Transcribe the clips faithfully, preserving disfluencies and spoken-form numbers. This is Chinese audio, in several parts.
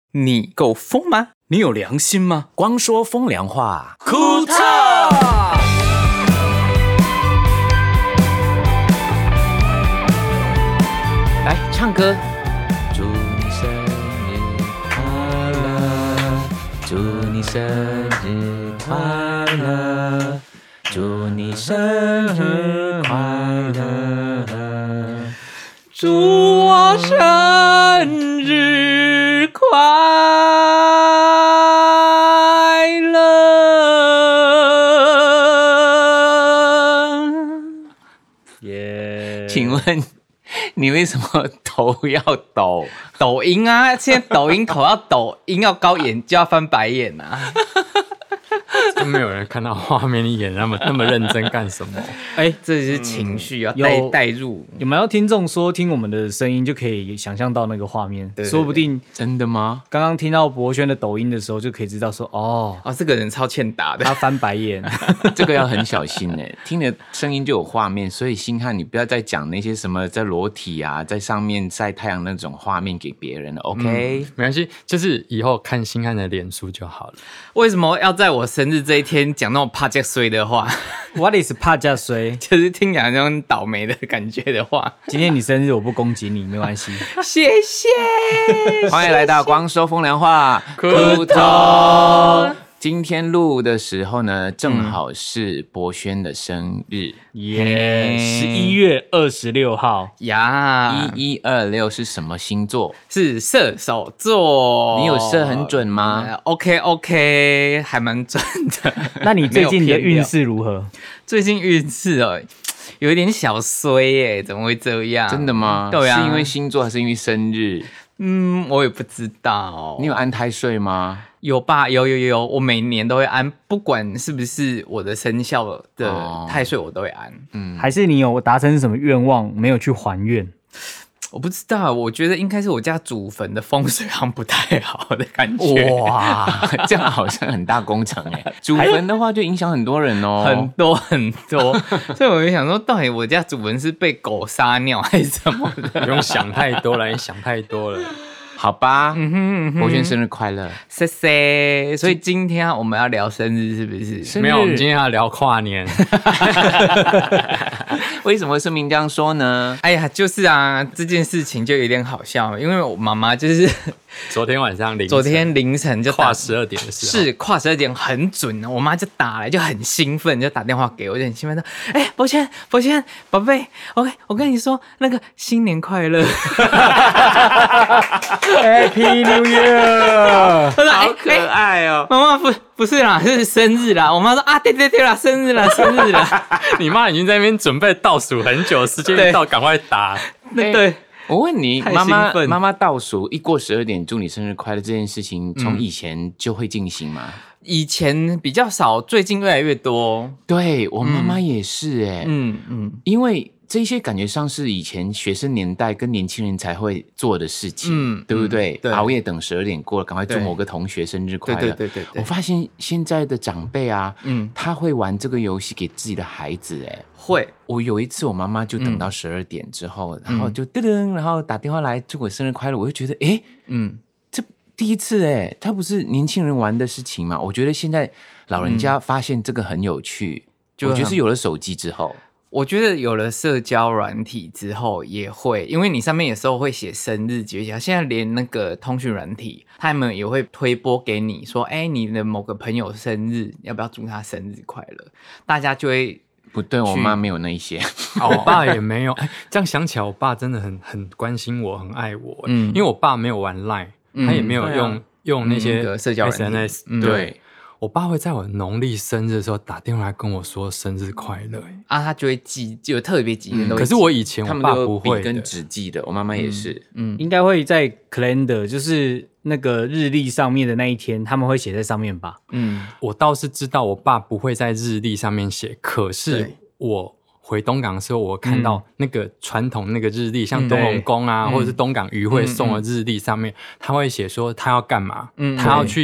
你够疯吗？你有良心吗？ 光说风凉话， 库特。 来唱歌。祝你生日快乐，祝你生日快乐，祝你生日快乐， 祝我生日快乐。 耶、yeah ！请问你为什么头要抖？ 抖音啊，现在抖音头要抖，音要高，眼就要翻白眼啊。 就没有人看到画面，你演那么那么认真干什么？ 哎，这是情绪要带带入。 有没有听众说听我们的声音就可以想象到那个画面？对对对，说不定真的吗？ 刚刚听到博轩的抖音的时候，就可以知道说哦哦，这个人超欠打的， 他翻白眼。 这个要很小心哎，听的声音就有画面，所以星汉你不要再讲那些什么在裸体啊，在上面晒太阳那种画面给别人了 ，OK？、 嗯、没关系，就是以后看星汉的脸书就好了。 为什么要在我生日这一天讲那种怕加衰的话 ？What is 怕加衰？ 就是听起来那种倒霉的感觉的话。 今天你生日，我不攻击你，没关系。 谢谢， 欢迎来到光说风凉话， 库特。 今天录的时候呢，正好是博轩的生日， 耶！十一月二十六号呀， 一一二六是什么星座？ 是射手座。 你有射很准吗、 呃、？OK OK， 还蛮准的。 那你最近的运势如何？ 最近运势哦，有一点小衰耶，怎么会这样？ 真的吗？ 对啊， 是因为星座还是因为生日？ 嗯，我也不知道。 你有安太岁吗？ 有吧，有有有，我每年都会安，不管是不是我的生肖的太岁，我都会安。 嗯，还是你有达成什么愿望没有去还愿？ 我不知道，我觉得应该是我家祖坟的风水好像不太好的感觉。 哇，这样好像很大工程哎。祖坟的话就影响很多人哦， 很多很多。所以我就想说，到底我家祖坟是被狗撒尿还是什么的？ 不用想太多了，你想太多了。 好吧， 嗯哼嗯哼， 博轩生日快乐， 谢谢。所以今天我们要聊生日是不是？ 没有，我们今天要聊跨年。 为什么盛明这样说呢？ 哎呀，就是啊，这件事情就有点好笑，因为我妈妈就是昨天晚上凌晨， 昨天凌晨就跨十二点的时候， 是跨十二点很准，我妈就打来，就很兴奋，就打电话给我，就很兴奋说：“哎、欸，博轩，博轩，宝贝 ，OK， 我跟你说，那个新年快乐。” Happy New Year！ 好可爱哦！ 妈妈不不是啦，是生日啦。我妈说啊，对对对啦，生日啦，生日啦。 你妈已经在那边准备倒数很久，时间一到，赶快打。 对对， 我问你，妈妈妈妈倒数一过十二点祝你生日快乐这件事情，从以前就会进行吗？ 以前比较少，最近越来越多。 对我妈妈也是哎、欸， 嗯嗯， 因为。这些感觉上是以前学生年代跟年轻人才会做的事情，嗯，对不对？嗯、对，熬夜等十二点过了，赶快祝某个同学生日快乐。 对对对 对, 对。 我发现现在的长辈啊，嗯，他会玩这个游戏给自己的孩子，哎， 会。 我有一次我妈妈就等到十二点之后，嗯、然后就噔噔，然后打电话来祝我生日快乐，我就觉得，哎，嗯，这第一次哎，他不是年轻人玩的事情嘛？我觉得现在老人家发现这个很有趣，嗯、我觉得是有了手机之后。 我觉得有了社交软体之后也会，因为你上面有时候会写生日节气，现在连那个通讯软体他们也会推播给你说，哎，你的某个朋友生日，要不要祝他生日快乐？大家就会不对，我妈没有那一些， 我爸也没有。这样想起来，我爸真的很很关心我，很爱我。嗯，因为我爸没有玩 Line，、嗯、他也没有用、啊、用那些、 嗯、社交软体 S N S、嗯。对。我爸会在我农历生日的时候打电话来跟我说生日快乐啊，他就会记，就有特别记的、嗯。 可是我以前我爸不会的， 笔跟纸记的，我妈妈也是， 嗯，嗯应该会在 calendar， 就是那个日历上面的那一天，他们会写在上面吧？ 嗯，我倒是知道我爸不会在日历上面写，可是我回东港的时候，我看到那个传统那个日历，嗯、像东龙宫啊，嗯、或者是东港渔会送的日历上面，嗯、他会写说他要干嘛，嗯、他要去。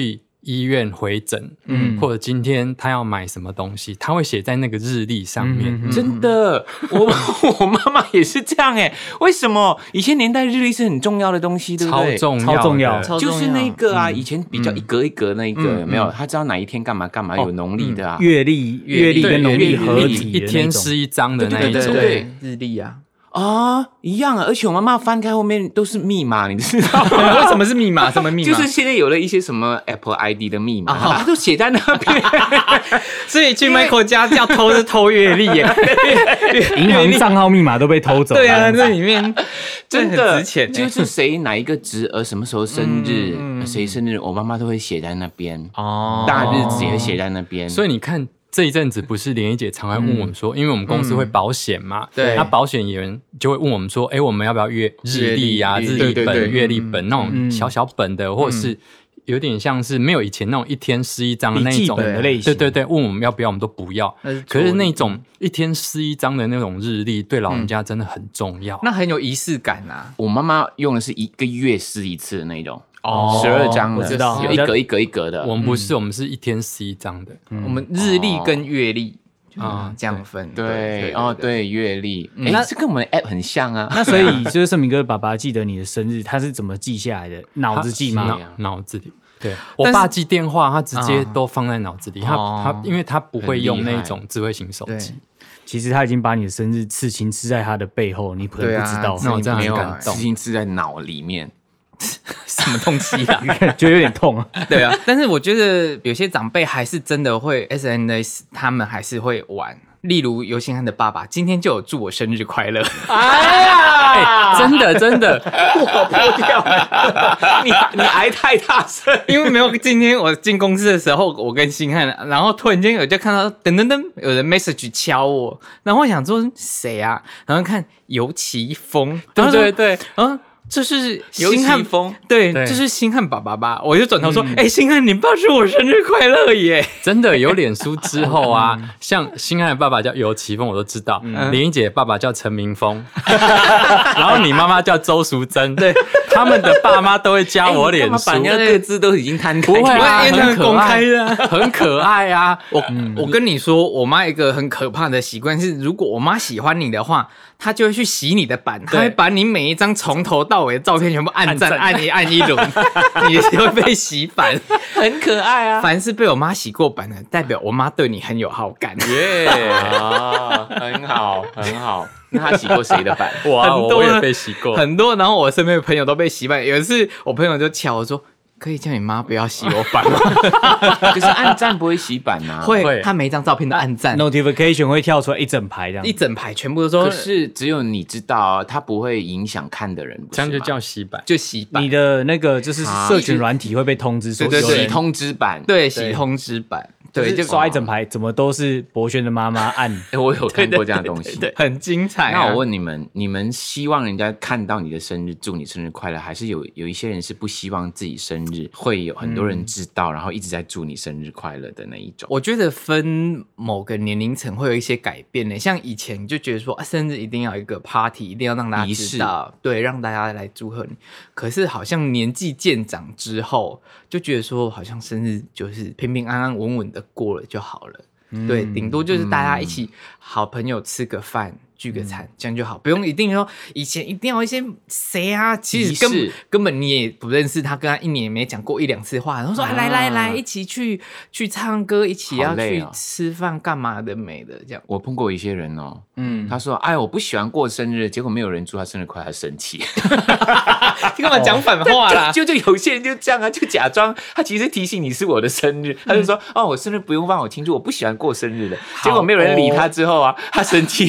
医院回诊，嗯，或者今天他要买什么东西，他会写在那个日历上面。 嗯、真的，我我妈妈也是这样哎、欸。为什么？以前年代日历是很重要的东西，对不对？ 超重要， 超重要， 就是那个啊，嗯、以前比较一格一格那一个、嗯、有没有？他知道哪一天干嘛干嘛，有农历的啊， 月历、月历跟农历合体， 一天是一张的那一种， 对对对，日历啊。 啊，一样啊！而且我妈妈翻开后面都是密码，你知道吗？ 为什么是密码？什么密码？ 就是现在有了一些什么 Apple I D 的密码，它、哦、都写在那边。 所以去 Michael 家要偷是偷月历耶， 银行账号密码都被偷走了。 对啊，这里面真的很值钱， 就是谁哪一个侄儿什么时候生日，谁、嗯、生日，我妈妈都会写在那边。哦，大日子也会写在那边。 所以你看。这一阵子不是连一姐常来问我们说、嗯，因为我们公司会保险嘛，对、嗯，那保险有人就会问我们说，哎，我们要不要约日历啊、日历本、月历本、嗯、那种小小本的，嗯、或者是有点像是没有以前那种一天撕一张的那种的类型， 对对对，问我们要不要，我们都不要。可是那种一天撕一张的那种日历，对老人家真的很重要，嗯、 那很有仪式感啊。 我妈妈用的是一个月撕一次的那种。哦，十二张的， 我知道， 有一格一格一格的。 我们不是，嗯、我们是一天撕一张的。 嗯、我们日历跟月历啊、嗯、这样分。 对，对对哦，对，月历，哎、嗯，这跟我们的 app 很像啊。 那所以就是盛明哥爸爸记得你的生日，他是怎么记下来的？脑子记吗？ 脑子里。对，我爸记电话，他直接都放在脑子里。他他，因为他不会用那种智慧型手机。 其实他已经把你的生日刺青刺在他的背后，你可能不知道。 那我真的很感动， 刺青刺在脑里面。 什么东西啊？ 觉得有点痛啊。 对啊，但是我觉得有些长辈还是真的会 S N S， 他们还是会玩。例如尤星汉的爸爸今天就有祝我生日快乐。 哎呀， 欸、真的真的， 我破掉了。你你挨太大声， 因为没有今天我进公司的时候，我跟星汉，然后突然间我就看到噔噔噔，有人 message 敲我，然后我想说谁啊？然后看尤其峰， 对对对， 嗯。这是星汉风， 对，这是星汉爸爸吧？我就转头说，哎、嗯，星汉，你爸祝我生日快乐耶！ 真的，有脸书之后啊，像星汉的爸爸叫尤奇峰，我都知道；嗯、林一姐爸爸叫陈明峰，然后你妈妈叫周淑珍，对，他们的爸妈都会加我脸书， 把人家各自都已经摊开， 不会啊， 因为他们公开的， 很可爱啊。 我、嗯、我跟你说，我妈一个很可怕的习惯是，如果我妈喜欢你的话，她就会去洗你的版，她会把你每一张从头到尾的照片全部按赞按一按一轮，你就会被洗版， 很可爱啊。 凡是被我妈洗过版的，代表我妈对你很有好感。 耶、yeah, 啊，很好，很好。那她洗过谁的版？ 我啊，我也被洗过很多。然后我身边的朋友都被洗版。有一次我朋友就敲我说，可以叫你妈不要洗我版吗？ 可是按赞不会洗版啊， 会，他每一张照片都按赞 ，notification 会跳出来一整排这样， 一整排全部都说。 可是只有你知道，它不会影响看的人， 这样就叫洗版， 就洗版。 你的那个就是社群软体会被通知说， 对对对，洗通知版， 对，洗通知版。对， 就刷一整排，怎么都是博轩的妈妈按。 欸、我有看过这样的东西， 对，很精彩、啊。 那我问你们，你们希望人家看到你的生日，祝你生日快乐，还是有有一些人是不希望自己生日会有很多人知道，嗯、然后一直在祝你生日快乐的那一种？ 我觉得分某个年龄层会有一些改变呢。像以前就觉得说、啊，生日一定要有一个 party， 一定要让大家知道，对，让大家来祝贺你。可是好像年纪渐长之后，就觉得说，好像生日就是平平安安、稳稳的过了就好了，嗯、对，顶多就是大家一起好朋友吃个饭、聚个餐，嗯、这样就好，不用一定说以前一定要一些谁啊，其实根本根本你也不认识他，跟他一年也没讲过一两次话，然后说、啊、来来来，一起去去唱歌，一起要去吃饭，干嘛的没的这样。 我碰过一些人哦，嗯，他说哎，我不喜欢过生日，结果没有人祝他生日快乐，他生气。 你干嘛讲反话啦？ 就就有些人就这样啊，就假装他其实提醒你是我的生日，他就说、嗯、哦，我生日不用帮我庆祝，我不喜欢过生日的。结果没有人理他之后啊，他生气。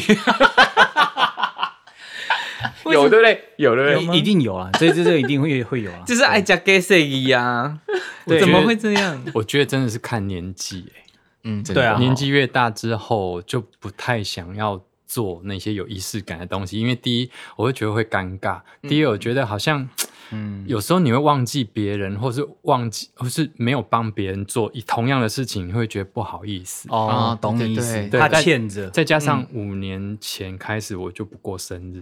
有对不对？有对不对？ 一定有啊，这这这一定会会有啊， 就是爱加给谁啊？怎么会这样？ 我觉得真的是看年纪、欸， 嗯， 对啊， 年纪越大之后就不太想要做那些有仪式感的东西，因为第一我会觉得会尴尬，嗯、第二我觉得好像。嗯，有时候你会忘记别人，或是忘记，或是没有帮别人做同样的事情，你会觉得不好意思。 哦，懂你意思， 对， 他欠着。 再加上五年前开始我就不过生日了。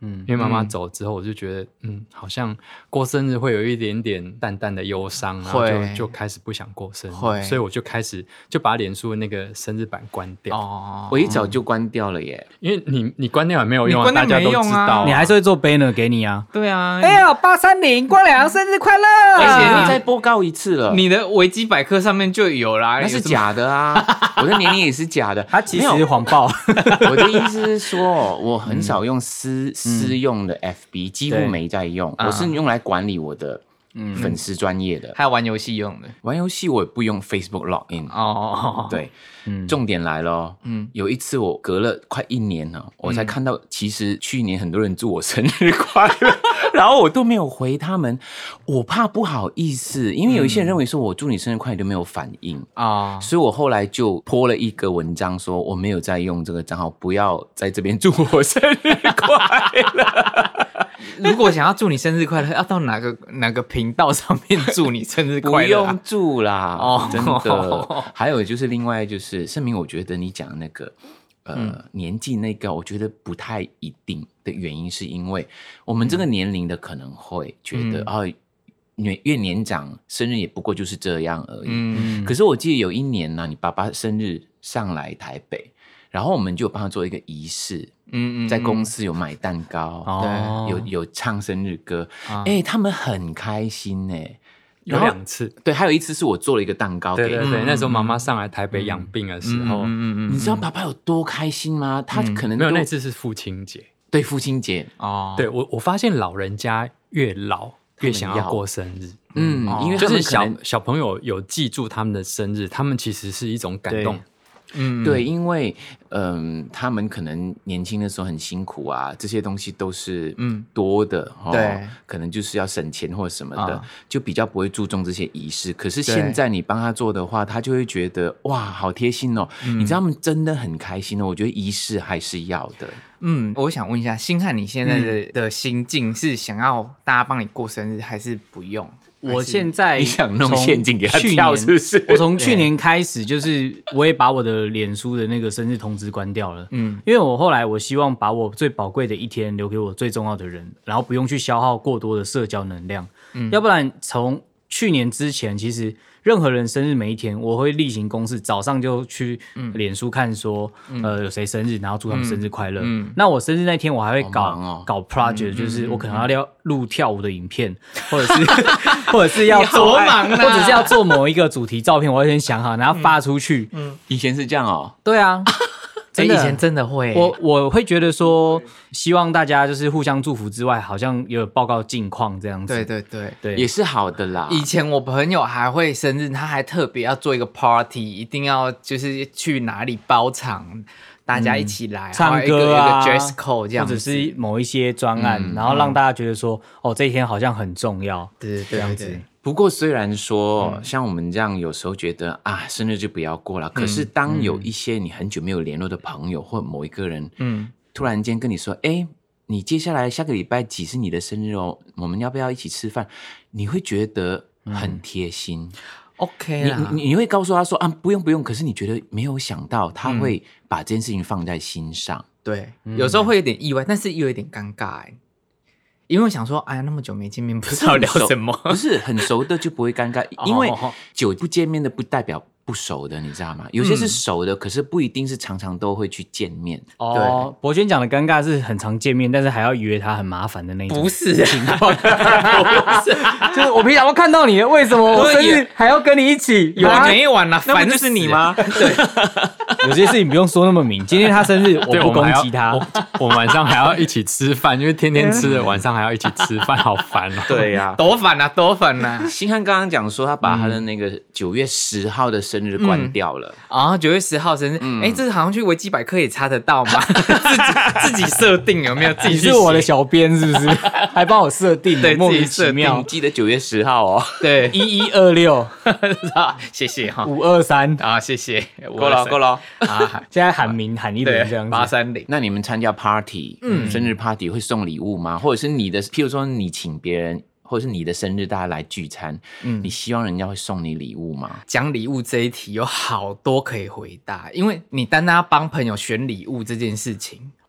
嗯，因为妈妈走之后，我就觉得，嗯，好像过生日会有一点点淡淡的忧伤，然后就就开始不想过生日，所以我就开始就把脸书的那个生日版关掉。 哦，我一早就关掉了耶， 因为你你关掉也没有用啊，大家都知道、啊， 你还是会做 banner 给你啊。 对啊， 哎呀，八三零光良生日快乐！ 而且你再播告一次了， 你的维基百科上面就有啦， 那是假的啊，我的年龄也是假的， 它其实是谎报。 我的意思是说，我很少用私、嗯、私用的 F B， 几乎没在用，我是用来管理我的粉丝专业的， 还有玩游戏用的。 玩游戏我也不用 Facebook login。哦，对，嗯、重点来了，嗯，有一次我隔了快一年了，我才看到，其实去年很多人祝我生日快乐，然后我都没有回他们，我怕不好意思，因为有一些人认为说我祝你生日快乐都没有反应啊、嗯，所以我后来就po了一个文章说我没有在用这个账号，不要在这边祝我生日快乐。 如果想要祝你生日快乐，要到哪个哪个频道上面祝你生日快乐、啊？ 不用祝啦，哦、真的。还有就是另外就是盛明，我觉得你讲那个呃、嗯、年纪那个，我觉得不太一定的原因，是因为我们这个年龄的可能会觉得、嗯、哦，越年长生日也不过就是这样而已。嗯、可是我记得有一年呢、啊，你爸爸生日上来台北。然后我们就有帮他做一个仪式，嗯嗯，在公司有买蛋糕，对、哦，有有唱生日歌，哎、哦欸，他们很开心哎， 有两次， 对，还有一次是我做了一个蛋糕给， 对对对，嗯、那时候妈妈上来台北养病的时候，嗯嗯嗯，你知道爸爸有多开心吗？他可能、 嗯、没有，那次是父亲节， 对，父亲节哦， 对我我发现老人家越老越想要过生日。 嗯，因为就是小小朋友有记住他们的生日，他们其实是一种感动。 嗯，对，因为嗯、呃，他们可能年轻的时候很辛苦啊，这些东西都是嗯多的，嗯、对，可能就是要省钱或什么的，啊、就比较不会注重这些仪式。可是现在你帮他做的话，他就会觉得哇，好贴心哦、嗯！你知道他们真的很开心哦。我觉得仪式还是要的。 嗯，我想问一下，星汉，你现在的、嗯、的心境是想要大家帮你过生日，还是不用？ 我现在你想弄陷阱给他跳，是不是？ 我从去年开始，就是我也把我的脸书的那个生日通知关掉了。嗯，因为我后来我希望把我最宝贵的一天留给我最重要的人，然后不用去消耗过多的社交能量。嗯，要不然从去年之前，其实任何人生日每一天，我会例行公事，早上就去脸书看说，嗯、呃，有谁生日，然后祝他们生日快乐。嗯嗯、那我生日那天，我还会搞、哦、搞 project，、嗯、就是我可能要录跳舞的影片，或者是或者是要做， 忙啊、 或者是要做某一个主题照片，我要先想好，然后发出去。 嗯嗯、以前是这样哦。 对啊。 真的以前真的会， 我我会觉得说，希望大家就是互相祝福之外，好像有报告近况这样子。 对对对对，也是好的啦。 以前我朋友还会生日，他还特别要做一个 party， 一定要就是去哪里包场，大家一起来、 嗯、唱歌啊， 一个 dress code 这样子， 或者是某一些专案、嗯，然后让大家觉得说，哦，这一天好像很重要， 对对对， 这样子。 不过虽然说、嗯、像我们这样有时候觉得啊生日就不要过了、嗯、可是当有一些你很久没有联络的朋友、嗯、或某一个人嗯，突然间跟你说哎，你接下来下个礼拜几是你的生日哦，我们要不要一起吃饭，你会觉得很贴心、嗯、 OK 啦， 你, 你会告诉他说啊不用不用，可是你觉得没有想到他会把这件事情放在心上、 嗯、对、嗯、有时候会有点意外，但是又有点尴尬哎，因为我想说，哎呀，那么久没见面，不知道聊什么。 不是很熟的就不会尴尬，因为久不见面的不代表不熟的，你知道吗？有些是熟的，嗯、可是不一定是常常都会去见面。 哦，对，博轩讲的尴尬是很常见面，但是还要约他很麻烦的那种。 不是情况，不是，就是我平常都看到你，为什么我生日还要跟你一起？ 有啊，没完了，烦就是你吗？ 对。 有些事情不用说那么明。今天他生日，我不攻击他。 我, 我们晚上还要一起吃饭，因为天天吃的，晚上还要一起吃饭，好烦哦。 对呀、啊， 多烦啊，多烦啊！ 星汉刚刚讲说，他把他的那个九月十号的生日关掉了。 啊、嗯，九、哦、月十号生日，哎、嗯欸，这好像去维基百科也查得到吗？自己自己设定有没有？自己你是我的小编是不是？还帮我设定， 对， 莫名其妙。 你记得九月十号哦。 对， 一一二六， 谢谢哈。 五二三啊，谢谢， 够了够了啊！现在喊名喊一轮这样子。 八三零。 那你们参加 party， 嗯，生日 party 会送礼物吗？或者是你的，譬如说你请别人，或者是你的生日大家来聚餐，嗯，你希望人家会送你礼物吗？ 讲礼物这一题有好多可以回答，因为你单单要帮朋友选礼物这件事情，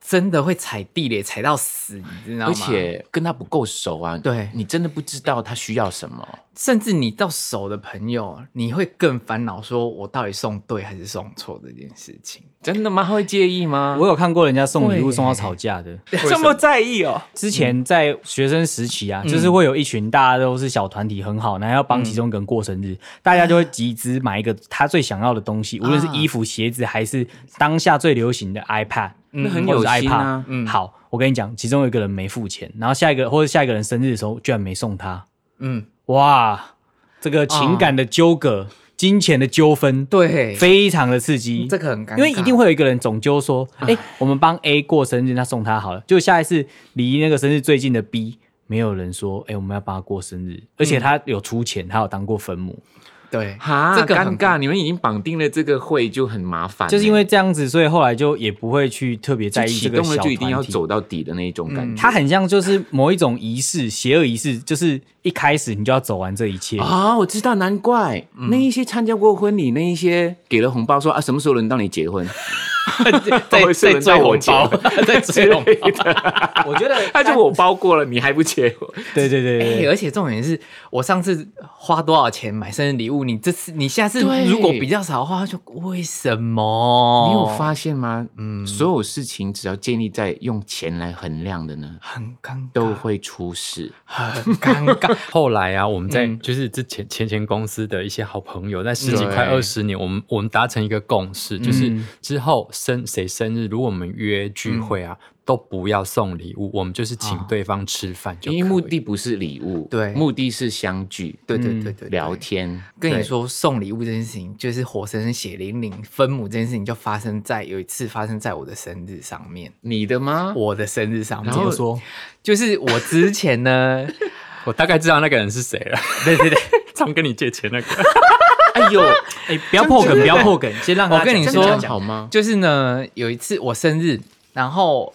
真的会踩地雷踩到死，你知道吗？ 而且跟他不够熟啊， 对， 你真的不知道他需要什么。 甚至你到熟的朋友，你会更烦恼，说我到底送对还是送错这件事情。 真的吗？他会介意吗？ 我有看过人家送礼物送到吵架的， 这么在意哦。 之前在学生时期啊，嗯、就是会有一群大家都是小团体很好，然后要帮其中一个人过生日，嗯、大家就会集资买一个他最想要的东西，无论是衣服、鞋子，还是当下最流行的 iPad。 那很有心啊。 嗯，好，我跟你讲，其中有一个人没付钱，然后下一个或者下一个人生日的时候，居然没送他。嗯，哇，这个情感的纠葛、哦、金钱的纠纷， 对， 非常的刺激。 这个很尴尬， 因为一定会有一个人总纠说，哎、欸，我们帮 A 过生日，那送他好了。就下一次离那个生日最近的 B， 没有人说，哎、欸，我们要帮他过生日，而且他有出钱，他有当过分母。 对， 哈，这个尴尬，你们已经绑定了这个会，就很麻烦。 就是因为这样子，所以后来就也不会去特别在意这个小团体。启动了就一定要走到底的那种感觉。 嗯、它很像就是某一种仪式，邪恶仪式，就是一开始你就要走完这一切啊、哦！我知道，难怪、嗯、那一些参加过婚礼，那一些给了红包说啊，什么时候轮到你结婚？ 在在追红包，在追红包。 我觉得他就我包过了，你还不结婚？ 对对对对、 欸，而且重点是我上次花多少钱买生日礼物，你这次你下次如果比较少的话，就为什么？ 你有发现吗？嗯，所有事情只要建立在用钱来衡量的呢， 很尴尬， 都会出事， 很尴尬。 后来啊，我们在就是之前前前公司的一些好朋友，在十几快二十年，我们我们达成一个共识，就是之后生谁生日，如果我们约聚会啊。嗯都不要送礼物，我们就是请对方吃饭就可以、哦、 因为目的不是礼物， 对， 目的是相聚， 对对对 对, 对， 聊天。 跟你说，送礼物这件事情，就是活生生血淋淋分母这件事情，就发生在有一次发生在我的生日上面。 你的吗？ 我的生日上面。 怎么说？ 就是我之前呢， 我大概知道那个人是谁了。 对对对， 常跟你借钱那个。 哎呦， 哎，不要破梗，不要破梗，先让他我跟你说好吗？ 就是呢，有一次我生日。然后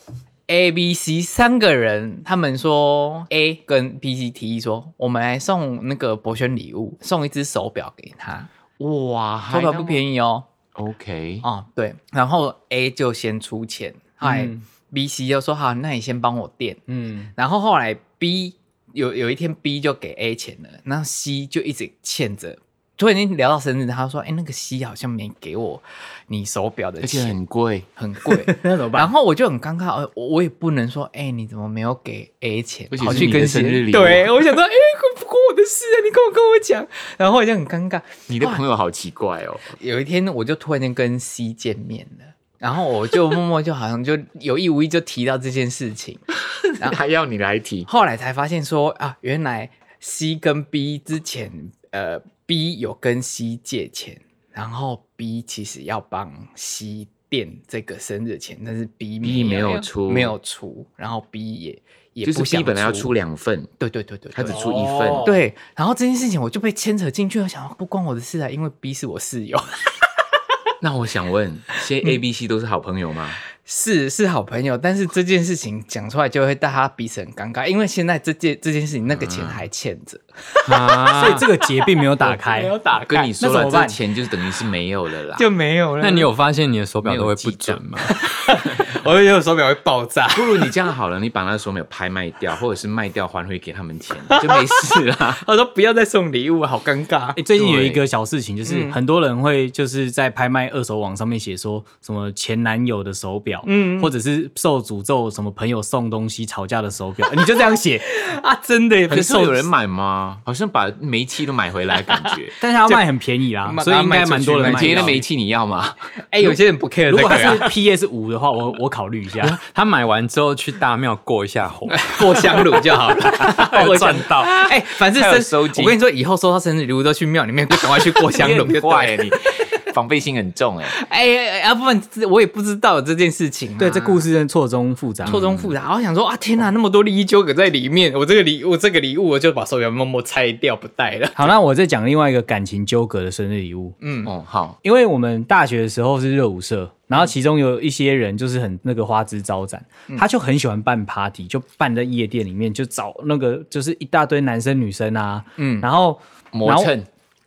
A、B、C 三个人，他们说 A 跟 B、C 提议说，我们来送那个博轩礼物，送一只手表给他。 哇， 手表不便宜哦。 OK， 哦对，然后 A 就先出钱，后来 B、C 就说好，那你先帮我垫。嗯，然后后来 B 有有一天 B 就给 A 钱了，然后 C 就一直欠着。突然间聊到生日，他说：“哎、欸，那个 C 好像没给我你手表的钱， 而且很贵， 很贵，那怎么办？”然后我就很尴尬，我我也不能说：“哎、欸，你怎么没有给 A 钱？” 而且是你的生日礼物， 对，我想说：“哎、欸，不关我的事啊，你跟我跟我讲。”然后我就很尴尬。 你的朋友好奇怪哦。 有一天，我就突然间跟 C 见面了，然后我就默默就好像就有意无意就提到这件事情， 然后还要你来提。 后来才发现说啊，原来 C 跟 B 之前呃。B 有跟 C 借钱，然后 B 其实要帮 C 垫这个生日钱，但是 B 没 B 没有出， 没有出，然后 B 也也不想出， 就是 B 本来要出两份， 对对对对， 他只出一份， 哦、对。然后这件事情我就被牵扯进去，我想不关我的事啊，因为 B 是我室友。 那我想问，现在 A、B、C 都是好朋友吗？ 是是好朋友，但是这件事情讲出来就会大家彼此很尴尬，因为现在这件这件事情那个钱还欠着、 啊，所以这个结并没有打开， 没有打开。 跟你说了，这钱就等于是没有了啦， 就没有了。 那你有发现你的手表都会不准吗？ 我有有手表会爆炸。 不如你这样好了，你把那个手表拍卖掉，或者是卖掉还回给他们钱，就没事啦。 他说不要再送礼物，好尴尬。 欸、最近有一个小事情，就是很多人会就是在拍卖二手网上面写说什么前男友的手表。嗯，或者是受诅咒什么朋友送东西吵架的手表，你就这样写啊？真的也可是有人买吗？好像把煤气都买回来感觉， 但是他卖很便宜啦，所以应该蛮多人买。 便宜的煤气你要吗？ 哎、欸，有些人不 care、這個。 如果他是 P S 五 的话，我我考虑一下。 他买完之后去大庙过一下火， 过香炉就好了， 赚到。 哎、欸，反正生我跟你说，以后收到生日礼物都去庙里面，就赶快去过香炉。 你坏你。防备心很重哎、 欸，哎、欸，要、啊、不然我也不知道有这件事情、啊。 对，这故事真的错综复杂， 错综复杂。我想说啊，天哪，那么多利益纠葛在里面，我这个礼物，这个礼物，我就把手表默默拆掉不带了。 好，那我再讲另外一个感情纠葛的生日礼物。 嗯，哦，好， 因为我们大学的时候是热舞社，然后其中有一些人就是很那个花枝招展，嗯、他就很喜欢办 party， 就办在夜店里面，就找那个就是一大堆男生女生啊，嗯，然后磨蹭。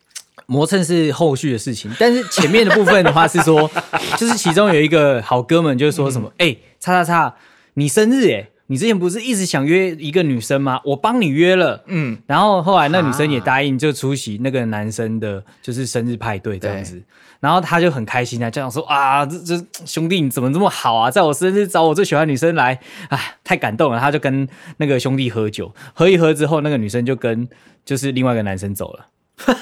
磨蹭是后续的事情，但是前面的部分的话是说，就是其中有一个好哥们就说什么，哎、嗯，叉叉叉，你生日哎，你之前不是一直想约一个女生吗？我帮你约了，嗯，然后后来那女生也答应就出席那个男生的就是生日派对这样子，然后他就很开心啊，这样说啊，这这兄弟你怎么这么好啊，在我生日找我最喜欢的女生来，哎，太感动了，他就跟那个兄弟喝酒，喝一喝之后，那个女生就跟就是另外一个男生走了。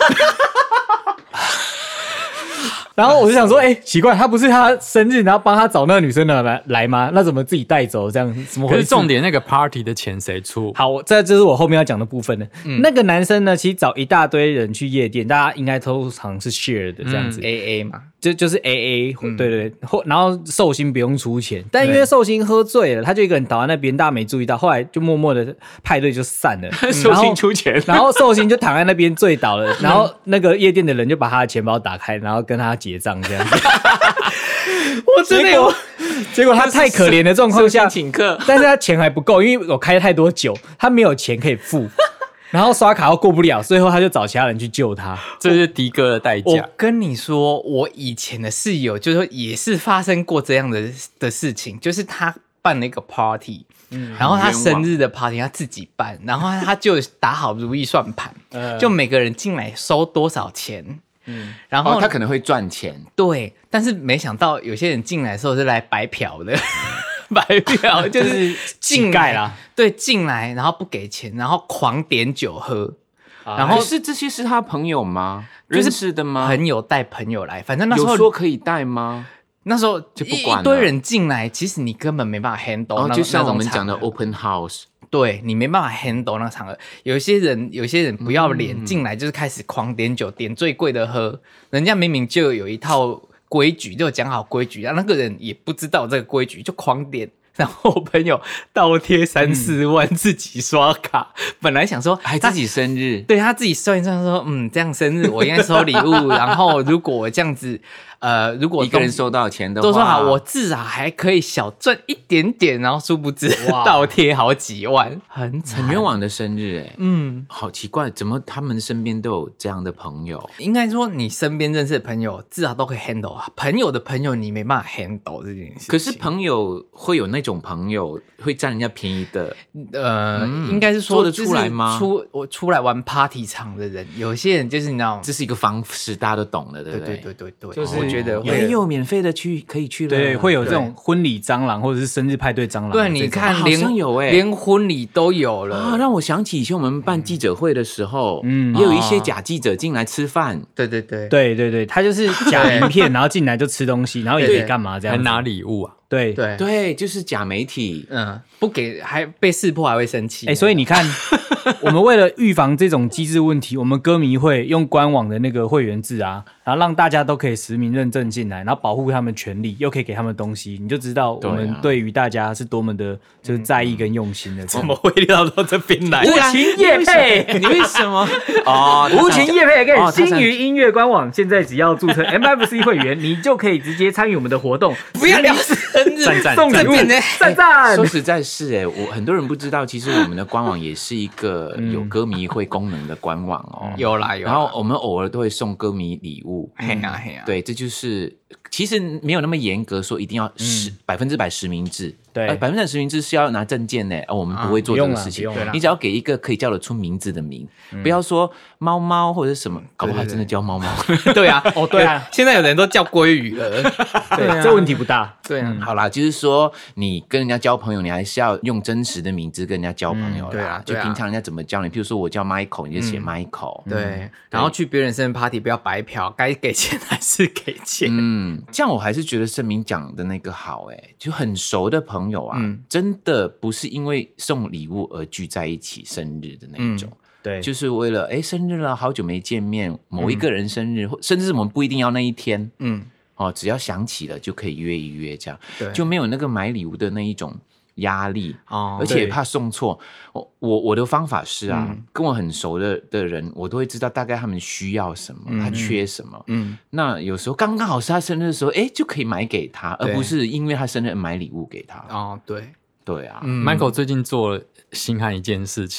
然后我就想说，哎、欸，奇怪，他不是他生日，然后帮他找那个女生来来吗？那怎么自己带走？这样怎么回事？ 可是重点，那个 party 的钱谁出？ 好，这就是我后面要讲的部分了。嗯、那个男生呢，其实找一大堆人去夜店，大家应该通常是 share 的这样子、 嗯、，A A 嘛， 就就是 A A，、嗯、对对对，然后寿星不用出钱，但因为寿星喝醉了，他就一个人倒在那边，大家没注意到，后来就默默的派对就散了， 寿星出钱， 然后寿星就躺在那边醉倒了，然后那个夜店的人就把他的钱包打开，然后跟他结账这样子。我真的有，结果他太可怜的状况下请客， 但是他钱还不够，因为我开太多酒，他没有钱可以付，然后刷卡又过不了，最后他就找其他人去救他， 这是的哥的代价。 我跟你说，我以前的室友就是说也是发生过这样的的事情，就是他办了一个 party。嗯、然后他生日的 party 他自己办，然后他就打好如意算盘，就每个人进来收多少钱，嗯，然后、 哦、他可能会赚钱， 对，但是没想到有些人进来的时候是来白嫖的，白嫖就是进来啦，对，进来然后不给钱，然后狂点酒喝， 啊、然后是这些是他朋友吗？ 就是认识的吗？ 朋友带朋友来，反正那时候有说可以带吗？ 那时候就不管了， 一堆人进来，其实你根本没办法 handle、哦、那就像我们讲的 open house， 对，你没办法 handle 那个场合。有一些人，有一些人不要脸，进、嗯、来就是开始狂点酒，点最贵的喝。人家明明就有一套规矩，就讲好规矩，然后那个人也不知道这个规矩，就狂点。然后我朋友倒贴三四万、嗯、自己刷卡，本来想说还自己生日， 对他自己算一算说，嗯，这样生日我应该收礼物，然后如果我这样子，呃，如果一个人收到钱的话， 都说好，我至少还可以小赚一点点，然后殊不知倒贴好几万，很惨， 很冤枉的生日哎， 嗯， 好奇怪，怎么他们身边都有这样的朋友？ 应该说你身边认识的朋友至少都可以 handle 啊，朋友的朋友你没办法 handle 这件事情。 可是朋友会有那种朋友会占人家便宜的， 呃，嗯、应该是说做得出来吗？ 出我出来玩 party 场的人，有些人就是你知道， 这是一个方式，大家都懂了，对不对？ 对对对对对， 就是我觉得也有免费的去可以去了， 对，会有这种婚礼蟑螂或者是生日派对蟑螂。 对，你看连， 好像有哎， 连婚礼都有了啊！让我想起以前我们办记者会的时候，嗯，也有一些假记者进来吃饭。 对对对对对对，他就是假名片，然后进来就吃东西，然后也没干嘛这样， 还拿礼物啊。 对对对，就是假媒体， 嗯，不给还被识破还会生气。 哎、欸，所以你看，我们为了预防这种机制问题，我们歌迷会用官网的那个会员制啊，然后让大家都可以实名认证进来，然后保护他们权利，又可以给他们东西，你就知道我们对于大家是多么的就是在意跟用心的。 怎么会聊到这边来？ 无情业配， 你为什么？哦， 无情业配跟新宇音乐官网，现在只要注册 M F C 会员，你就可以直接参与我们的活动。 不要聊生日， 赞赞送礼物，赞赞。 说实在是哎，我很多人不知道，其实我们的官网也是一个有歌迷会功能的官网哦。 有啦有啦。 然后我们偶尔都会送歌迷礼物。 嘿呀嘿呀。 对，这就是其实没有那么严格说一定要实百分之百实名制。 对， 百分之百实名制是要拿证件呢，我们不会做这个事情。你只要给一个可以叫得出名字的名，不要说猫猫或者什么，搞不好真的叫猫猫。 对啊， 哦对啊， 现在有人都叫鲑鱼了。 对，这问题不大。 对啊， 好啦，就是说你跟人家交朋友，你还是要用真实的名字跟人家交朋友啦。 对啊， 就平常人家怎么叫你，譬如说我叫 Michael， 你就写 Michael。 对，然后去别人生日 party 不要白嫖，该给钱还是给钱。 嗯，这样我还是觉得盛明讲的那个好哎，就很熟的朋友啊，真的不是因为送礼物而聚在一起生日的那一种。 对， 就是为了哎生日了，好久没见面，某一个人生日，甚至我们不一定要那一天。嗯。哦，只要想起了就可以约一约，这样就没有那个买礼物的那一种压力，哦，而且也怕送错。我我我的方法是啊，嗯、跟我很熟的的人，我都会知道大概他们需要什么，嗯、他缺什么。嗯，那有时候刚刚好是他生日的时候，哎，就可以买给他，而不是因为他生日买礼物给他。 哦，对对啊、 嗯、，Michael 最近做了新汉一件事情。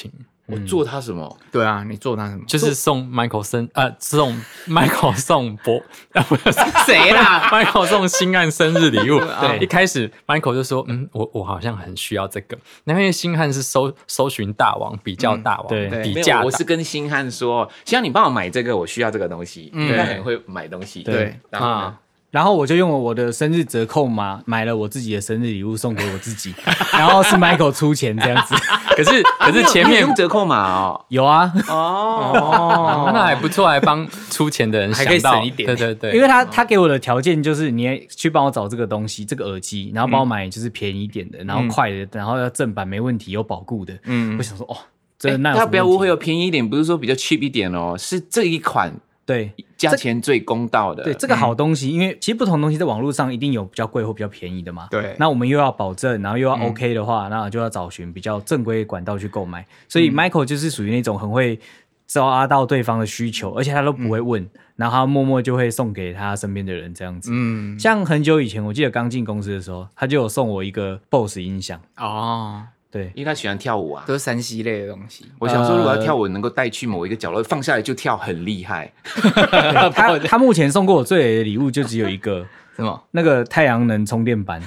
我做他什么？ 对啊，你做他什么？ 就是送 Michael 生呃送 Michael 送博啊不是谁啦 ？Michael 送新汉生日礼物。 对一开始 Michael 就说嗯我我好像很需要这个，那因为新汉是搜搜寻大王比较大王， 对没有， 比价大我是跟星汉说，希望你帮我买这个，我需要这个东西，嗯，他很会买东西， 对， 然后呢啊。 然后我就用了我的生日折扣码买了我自己的生日礼物送给我自己，然后是 Michael 出钱这样子。 可是可是前面用折扣码哦， 有啊， 哦， 那还不错，还帮出钱的人想到还可以省一点对对对， 因为他他给我的条件就是你去帮我找这个东西，这个耳机，然后帮我买就是便宜一点的，然后快的，然后要正版没问题有保固的。嗯，我想说哦，真的那有什么他不要误会哦， 问题便宜一点不是说比较 cheap 一点哦，是这一款对。 价钱最公道的。 对这个好东西，因为其实不同东西在网络上一定有比较贵或比较便宜的嘛。 对那我们又要保证，然后又要 OK 的话，那就要找寻比较正规的管道去购买。所以 Michael 就是属于那种很会抓到对方的需求，而且他都不会问，然后他默默就会送给他身边的人这样子。嗯，像很久以前，我记得刚进公司的时候，他就有送我一个 B O S S 音响。 哦， 对， 因为他喜欢跳舞啊。 都是山西类的东西。 我想说，如果要跳舞，能够带去某一个角落，放下来就跳，很厉害。 他他目前送过我最雷的礼物就只有一个， 什么？ 那个太阳能充电板。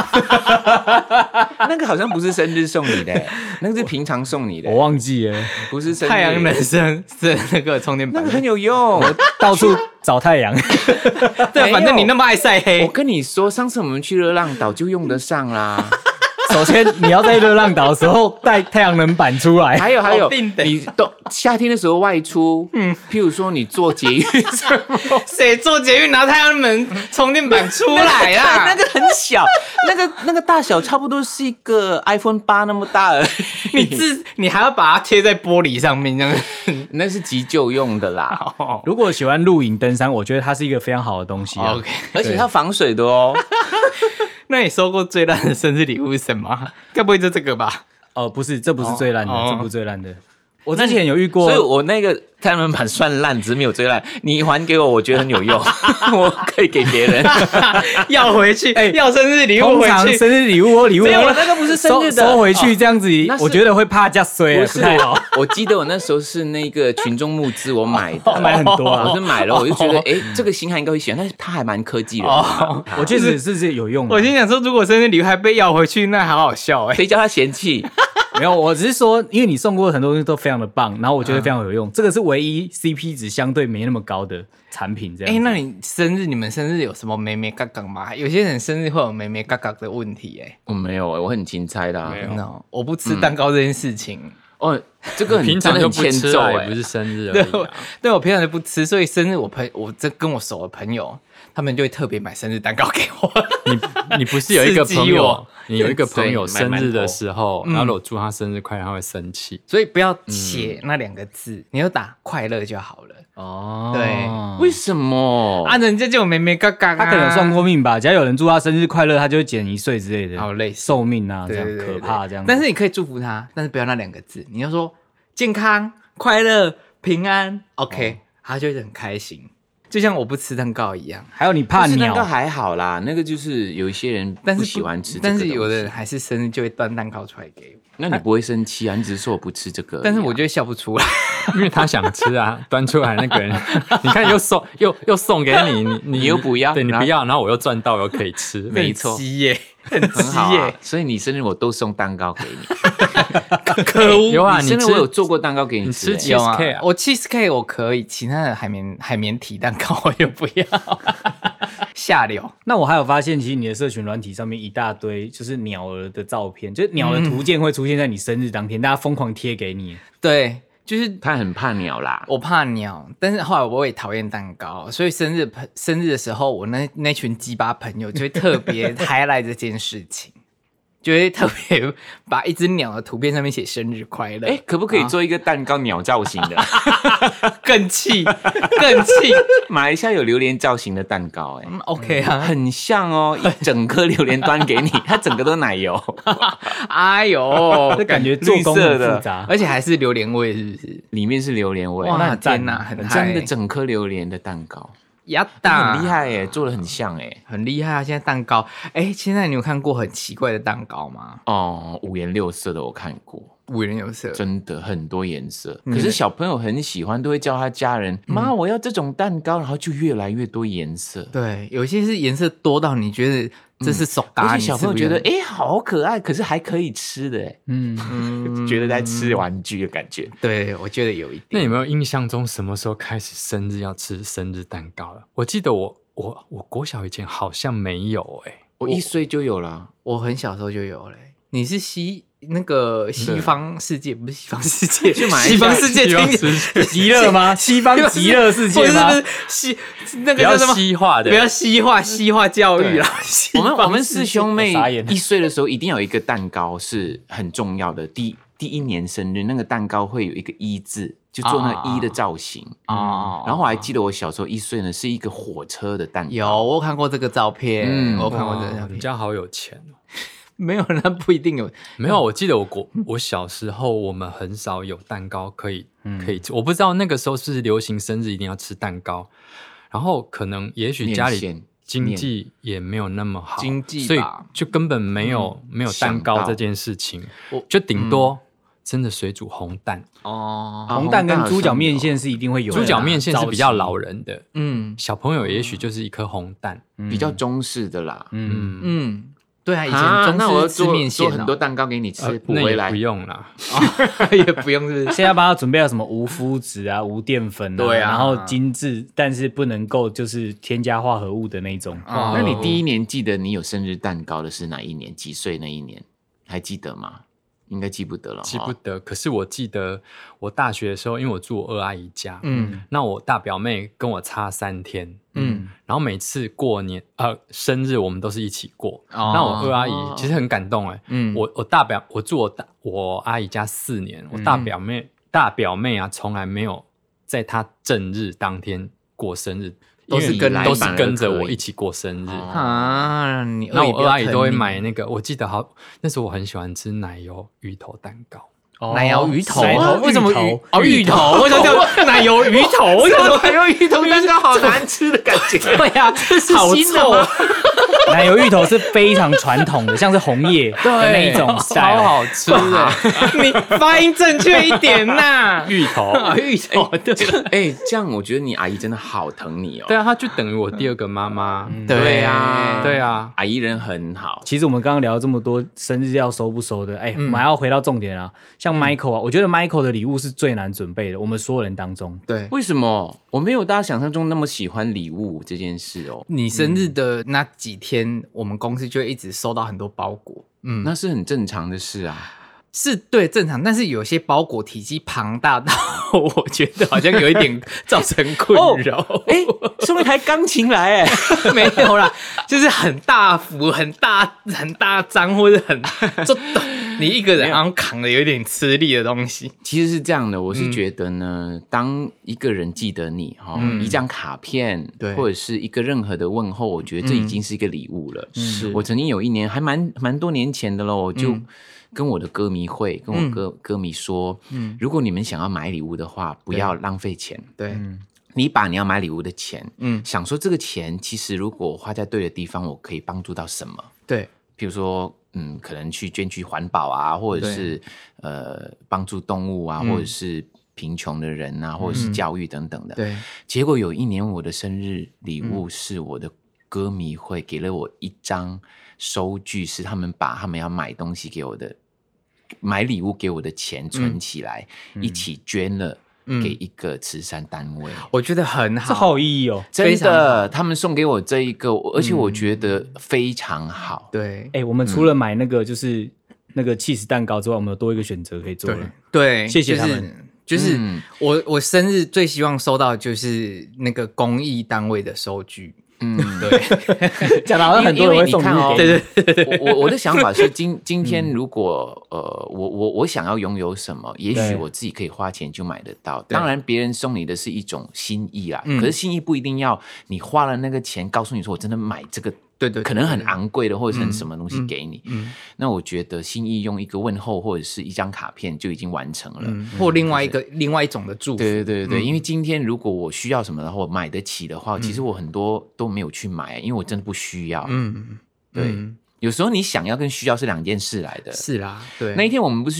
那个好像不是生日送你的，那个是平常送你的， 我忘记了， 不是生日。 太阳能是是那个充电板， 那个很有用， 到处找太阳。 对，反正你那么爱晒黑。 我跟你说，上次我们去热浪岛就用得上啦。 首先，你要在热浪岛的时候带太阳能板出来。 还有还有， 定的你都夏天的时候外出，嗯，譬如说你坐捷运什么， 谁坐捷运拿太阳能充电板出来啦？ 那个很小，那个那个大小差不多是一个 iPhone 八那么大而已。 你自你还要把它贴在玻璃上面，这样那是急救用的啦。 如果喜欢露营登山，我觉得它是一个非常好的东西啊。 OK， 而且它防水的哦。 那你收过最烂的生日礼物是什么？该不会就这个吧？ 哦，不是，这不是最烂的， 哦这不是最烂的。我之前有遇过， 所以我那个太阳能板算烂，只是没有最烂。你还给我，我觉得很有用，我可以给别人。 要回去，哎，要生日礼物通回去。 常生日礼物或礼物没有了，那个不是生日的， 收收回去这样子， 那是我觉得会怕加衰，不不是太好。 我记得我那时候是那个群众募资，我买的， 买很多啊我是买了，我就觉得，哎，这个星汉应该会喜欢，但是他还蛮科技人的， 我确实是是有用的。 我心想说，如果生日礼物还被要回去，那好好笑哎。 谁叫他嫌弃？ 没有，我只是说，因为你送过很多东西都非常的棒，然后我觉得非常有用，这个是唯一 C P 值相对没那么高的产品。这样， 哎，那你生日，你们生日有什么眉眉角角吗？有些人生日会有眉眉角角的问题，哎， 我没有，我很勤猜的啊。 真的，我不吃蛋糕这件事情。 哦，这个很平常就真的很欠不吃啊， 揍哎也不。是生日而对， 已我啊。 对我平常就不吃，所以生日我朋我这跟我熟的朋友，他们就会特别买生日蛋糕给我。 你你不是有一个朋刺激友我， 你有一个朋友对买馒头生日的时候，然后我祝他生日快乐，他会生气。 所以不要写那两个字，你就打快乐就好了。 哦， 对为什么？ 啊，人家就有眉眉角角啊， 他可能算过命吧，只要有人祝他生日快乐，他就会减一岁之类的， 好类似寿命啊，这样对对对对可怕这样。 但是你可以祝福他，但是不要那两个字，你要说健康、快乐、平安 ，OK，、哦、他就会很开心。就像我不吃蛋糕一样， 还有你怕吃蛋鸟糕还好啦，那个就是有一些人但是不喜欢吃这个东西， 但是有的人还是生日就会端蛋糕出来给我， 那你不会生气啊？你只是说我不吃这个而已啊， 但是我就会笑不出来。 因为他想吃啊，端出来那个人，你看又送又又送给你，你你你又不要然后对你不要，然后我又赚到，又可以吃， 没错很鸡耶，很很鸡好、 耶啊，，所以你生日我都送蛋糕给你。 可恶！ 有啊，你吃你生日我有做过蛋糕给你你吃、 吃欸， 有啊 cheesecake 啊， 我 cheesecake 我可以，其他的海绵海绵体蛋糕我就不要，下流。 那我还有发现，其实你的社群软体上面一大堆就是鸟儿的照片，就是鸟的图鉴会出现在你生日当天，大家疯狂贴给你。 对，就是他很怕鸟啦。 我怕鸟，但是后来我也讨厌蛋糕，所以生日生日的时候，我那那群鸡巴朋友就会特别 highlight 这件事情，就会特别把一只鸟的图片上面写生日快乐。 哎、可不可以做一个蛋糕鸟造型的？ 更气，更气。 马来西亚有榴莲造型的蛋糕、欸，哎、 嗯，OK 啊， 很像哦，一整颗榴莲端给你，它整个都奶油， 哎呦， 这感觉做工很复杂， 而且还是榴莲味，是不是？ 里面是榴莲味， 哇， 那很赞天哪，很真嗨的整颗榴莲的蛋糕， 呀哒， 很厉害哎，做的很像哎。 很厉害啊！现在蛋糕，哎，现在你有看过很奇怪的蛋糕吗？ 哦，五颜六色的我看过， 五颜六色， 真的很多颜色。 嗯可是小朋友很喜欢，都会叫他家人妈、我要这种蛋糕，然后就越来越多颜色。 对，有些是颜色多到你觉得这是手嘎， 而且小朋友觉得哎， 哎、好可爱，可是还可以吃的哎， 嗯， 觉得在吃玩具的感觉。 对我觉得有一点。 那有没有印象中什么时候开始生日要吃生日蛋糕了？我记得我我我国小以前好像没有哎、欸， 我一岁就有了， 我很小时候就有嘞。你是西那个西方世界，不是西方世界， 去马来西亚西方世界西方听世界极乐吗？西方极乐世界吗？ 不是不是西那个比较叫什么？ 西化的， 不要西化西化教育啦。西我们方我们四兄妹我傻眼一岁的时候，一定有一个蛋糕是很重要的。第第一年生日，那个蛋糕会有一个一字，就做那个一的造型。 哦， 然后我还记得我小时候一岁呢，是一个火车的蛋糕。 有我有看过这个照片， 嗯我有看过这个哇照片。 你家好有钱哦。 没有，那不一定有。 没有，我记得我国我小时候，我们很少有蛋糕可以可以吃。我不知道那个时候是不是流行生日一定要吃蛋糕，然后可能也许家里面线经济也没有那么好， 经济吧所以就根本没有、没有蛋糕这件事情，就顶多真的水煮红蛋。 哦， 红蛋跟猪脚面线是一定会有的啦， 猪脚面线是比较老人的， 嗯小朋友也许就是一颗红蛋。 比较中式的啦。 嗯， 嗯，对啊，以啊， 前那我要中式吃做面线哦做很多蛋糕给你吃， 呃补回来那也不。用啦。 也不用是不是？ 现在帮他准备了什么无麸质啊、无淀粉啊， 对啊然后精致，但是不能够就是添加化合物的那种。 哦那你第一年记得你有生日蛋糕的是哪一年？几岁那一年？还记得吗？应该记不得了。 记不得，可是我记得我大学的时候，因为我住我二阿姨家， 嗯那我大表妹跟我差三天， 嗯， 然后每次过年呃生日我们都是一起过， 哦那我二阿姨其实很感动哎， 嗯我我大表我住我大我阿姨家四年，我大表妹、大表妹啊从来没有在她正日当天过生日， 都是跟因为都是反而跟着可以我一起过生日。 啊，你那我二阿姨都会买买那个，我记得好，那时候我很喜欢吃奶油芋头蛋糕。 奶油鱼头奶啊？ 头为什么芋头鱼哦芋头？为什么叫奶油鱼头？为什么奶油芋头蛋糕好难吃的感觉。 对呀，这是好新的臭吗？ 奶油芋头是非常传统的，像是红叶的那一种超 style。 好吃的你发音正确一点呐！ 芋头。 啊，芋头，对了， 哎、这样我觉得你阿姨真的好疼你哦。 对啊，她就等于我第二个妈妈。 对啊， 对啊， 阿姨人很好。 其实我们刚刚聊了这么多生日要收不收的，哎、我们还要回到重点啊。像 Michael 啊，我觉得 Michael 的礼物是最难准备的，我们所有人当中。 对， 为什么我没有大家想象中那么喜欢礼物这件事哦？ 你生日的那几天，我们公司就会一直收到很多包裹。嗯， 那是很正常的事啊。 是对正常，但是有些包裹体积庞大到我觉得好像有一点造成困扰。 哎、送一台钢琴来哎， 没有啦，就是很大幅、很大、很大张，或者很就你一个人好像扛的有点吃力的东西。 其实是这样的，我是觉得呢，当一个人记得你哈、哦一张卡片， 对或者是一个任何的问候，我觉得这已经是一个礼物了。 是我曾经有一年，还蛮蛮多年前的了，我就跟我的歌迷会，跟我歌、歌迷说，如果你们想要买礼物的话，不要浪费钱。 对， 你把你要买礼物的钱， 嗯想说这个钱其实如果花在对的地方，我可以帮助到什么？ 对， 譬如说，嗯，可能去捐去环保啊，或者是呃帮助动物啊，或者是贫穷的人啊，或者是教育等等的。 对， 结果有一年我的生日礼物是我的歌迷会给了我一张收据，是他们把他们要买东西给我的、买礼物给我的钱存起来，一起捐了给一个慈善单位。 我觉得很这好， 好有意义哦。 真非常的，他们送给我这一个，而且我觉得非常好。 对哎、我们除了买那个就是那个 cheese 蛋糕之外，我们有多一个选择可以做了。 对， 谢谢他们。 就是就是嗯我我生日最希望收到的就是那个公益单位的收据。 嗯， 对， 讲的好像很多人会送礼物给你。 对对对，我我我的想法是今今天如果呃我我我想要拥有什么，也许对我自己可以花钱就买得到。当然，别人送你的是一种心意啦，可是心意不一定要你花了那个钱，告诉你说我真的买这个。 对对， 可能很昂贵的，或者是很什么东西给你。那我觉得心意用一个问候或者是一张卡片就已经完成了。 嗯，或另外一个另外一种的祝福。 对对对对，因为今天如果我需要什么的话，我买得起的话，其实我很多都没有去买，因为我真的不需要。 嗯， 对， 嗯有时候你想要跟需要是两件事来的。 是啦，对， 那一天我们不是去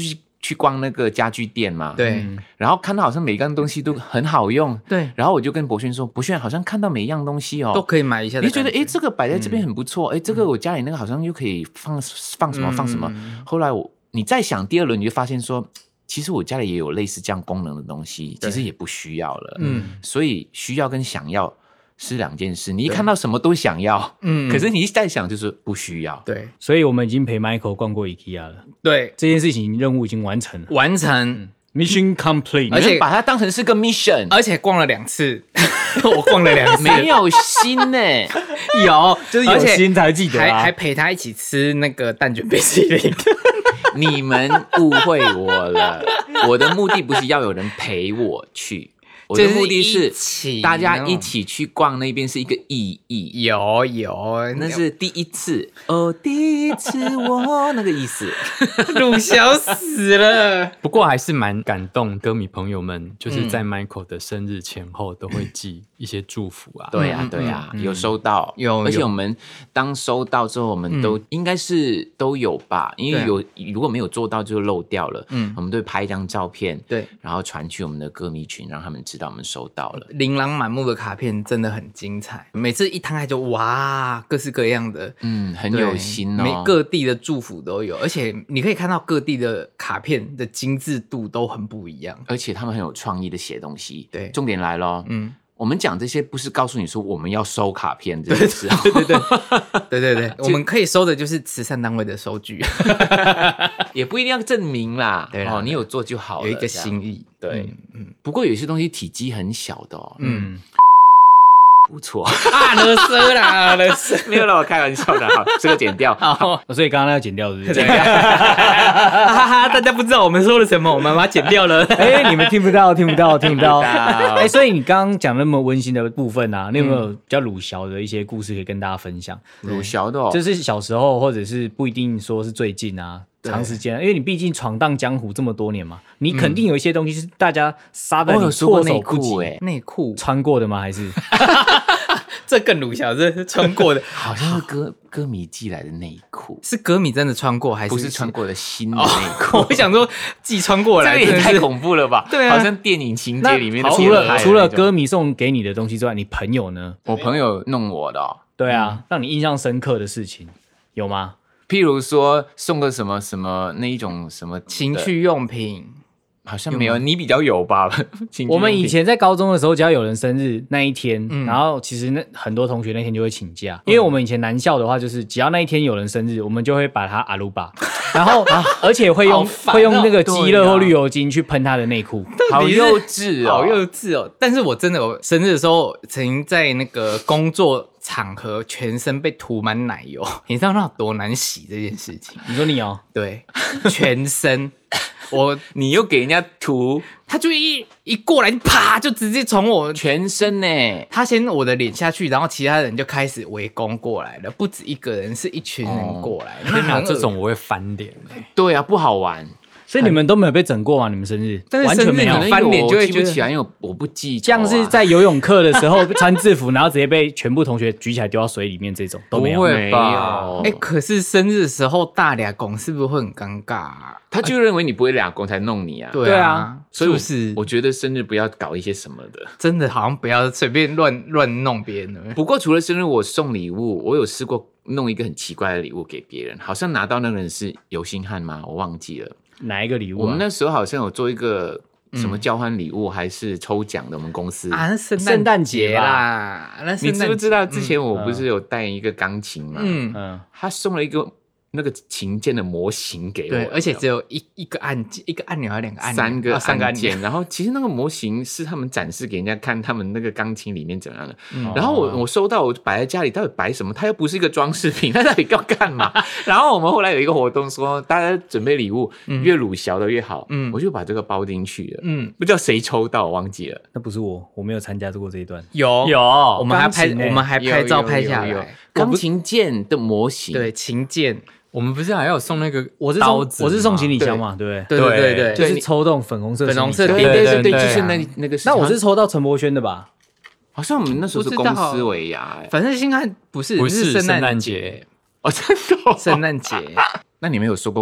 去逛那个家具店嘛， 对、 嗯，然后看到好像每一样东西都很好用， 对， 然后我就跟博轩说，博轩好像看到每一样东西哦， 都可以买一下的， 你觉得哎，这个摆在这边很不错，哎、嗯，这个我家里那个好像又可以放放什么放什么，嗯、后来我你再想第二轮，你就发现说，其实我家里也有类似这样功能的东西，其实也不需要了，嗯，所以需要跟想要是两件事，你一看到什么都想要，嗯，可是你一再想就是不需要， 对， 所以我们已经陪 Michael 逛过 IKEA 了， 对， 这件事情任务已经完成了， 完成、嗯、 ，Mission complete， 而且把它当成是个 mission， 而且逛了两次，我逛了两次， 没有心呢、欸， 有，就是有心才记得、啊， 还还陪他一起吃那个蛋卷冰淇淋， 你们误会我了，我的目的不是要有人陪我去。我的目的是大家一起去逛那边是一个意义， 有有， 那是第一次哦，第一次我那个意思， 鲁小死了。 不过还是蛮感动，歌迷朋友们就是在 Michael 的生日前后都会寄一些祝福啊。 对啊，对啊，有收到， 有， 而且我们当收到之后，我们都应该是都有吧，因为有如果没有做到就漏掉了，嗯，我们都会拍一张照片， 对， 然后传去我们的歌迷群，让他们知道我们收到了。 琳琅满目的卡片真的很精彩，每次一摊开就哇，各式各样的， 嗯，很有心哦， 每各地的祝福都有，而且你可以看到各地的卡片的精致度都很不一样， 而且他们很有创意的写东西。 对， 重点来咯，嗯。我们讲这些不是告诉你说我们要收卡片这件事， 对对对对对对，我们可以收的就是慈善单位的收据， 也不一定要证明啦。 对啦， 哦，你有做就好了， 有一个心意。 对，嗯嗯。不过有些东西体积很小的哦，嗯。不错啊，勒瑟啦，勒瑟， 没有啦，我开玩笑的，好，这个剪掉。 好，所以刚刚那要剪掉，是不是？ 哈哈哈，大家不知道我们说了什么，我们把它剪掉了。 哎、欸，你们听不到，听不到，听不到。哎、欸，所以你刚刚讲那么温馨的部分啊，你有没有比较鲁小的一些故事可以跟大家分享？ 鲁小的、哦， 就是小时候，或者是不一定说是最近啊。长时间，因为你毕竟闯荡江湖这么多年嘛，你肯定有一些东西是大家杀的你措手不及。 哎， 内裤穿过的吗？还是这更鲁小，这是穿过的， 好像是歌歌迷寄来的内裤， 是歌迷真的穿过，还是不是穿过的新的内裤？ 哦、我想说寄穿过来， 这个也太恐怖了吧？ 对啊， 好像电影情节里面的。 除了除了歌迷送给你的东西之外，你朋友呢？ 我朋友弄我的、哦， 对啊，嗯、让你印象深刻的事情有吗？ 譬如说送个什么什么那一种什么情趣用品， 好像没有，你比较有吧？ 我们以前在高中的时候，只要有人生日那一天，嗯、然后其实那很多同学那天就会请假，因为我们以前男校的话，就是只要那一天有人生日，我们就会把他阿鲁巴，然后、啊、而且会用、哦、会用那个鸡肋或绿油精去喷他的内裤， 好幼稚哦， 好幼稚哦！但是我真的有生日的时候，曾经在那个工作场合全身被涂满奶油，你知道那有多难洗这件事情？ 你说你哦， 对，全身，我你又给人家涂， 他就一一过来，啪就直接从我全身呢， 他先我的脸下去，然后其他人就开始围攻过来了，不止一个人，是一群人过来。 哦、那这种我会翻脸哎， 对啊，不好玩。 所以你们都没有被整过吗？你们生日完全没有，翻脸就会记不起来，因为我不记、啊。 像是在游泳课的时候穿制服，然后直接被全部同学举起来丢到水里面，这种都没有。 不会吧？ 哎、欸，可是生日的时候大俩拱是不是会很尴尬、啊？ 他就认为你不会俩拱才弄你啊。 对啊， 所以我是我觉得生日不要搞一些什么的， 真的好像不要随便乱乱弄别人的。 不过除了生日，我送礼物，我有试过弄一个很奇怪的礼物给别人，好像拿到那个人是游星汉吗？我忘记了。 哪一个礼物、啊？ 我们那时候好像有做一个什么交换礼物，嗯、还是抽奖的？我们公司啊，那圣诞节啦，那你知不知道？之前我不是有带一个钢琴嘛？嗯嗯，他送了一个那个琴键的模型给我， 对，而且只有一一个按一个按钮还是两个按钮？ 三个、 哦、三个按键。然后其实那个模型是他们展示给人家看，他们那个钢琴里面怎样的。嗯、然后我我收到，我摆在家里，到底摆什么？它又不是一个装饰品，它到底要干嘛？然后我们后来有一个活动说，大家准备礼物，嗯、越鲁小的越好。嗯，我就把这个包进去了。嗯，不知道谁抽到，我忘记了。 那不是我，我没有参加过这一段。 有有， 我们还拍，我们还拍照拍下来。 钢琴键的模型， 对，琴键。 我们不是还要送那个我是刀子， 我是送行李箱嘛，对不对？对对对对， 就是抽动粉红色， 粉红色， 对对对对，就是那那个。 那我是抽到陈柏轩的吧？ 好像我们那时候是公司尾牙， 反正星汉不是不是圣诞节哦，真的圣诞节。 那你们有收过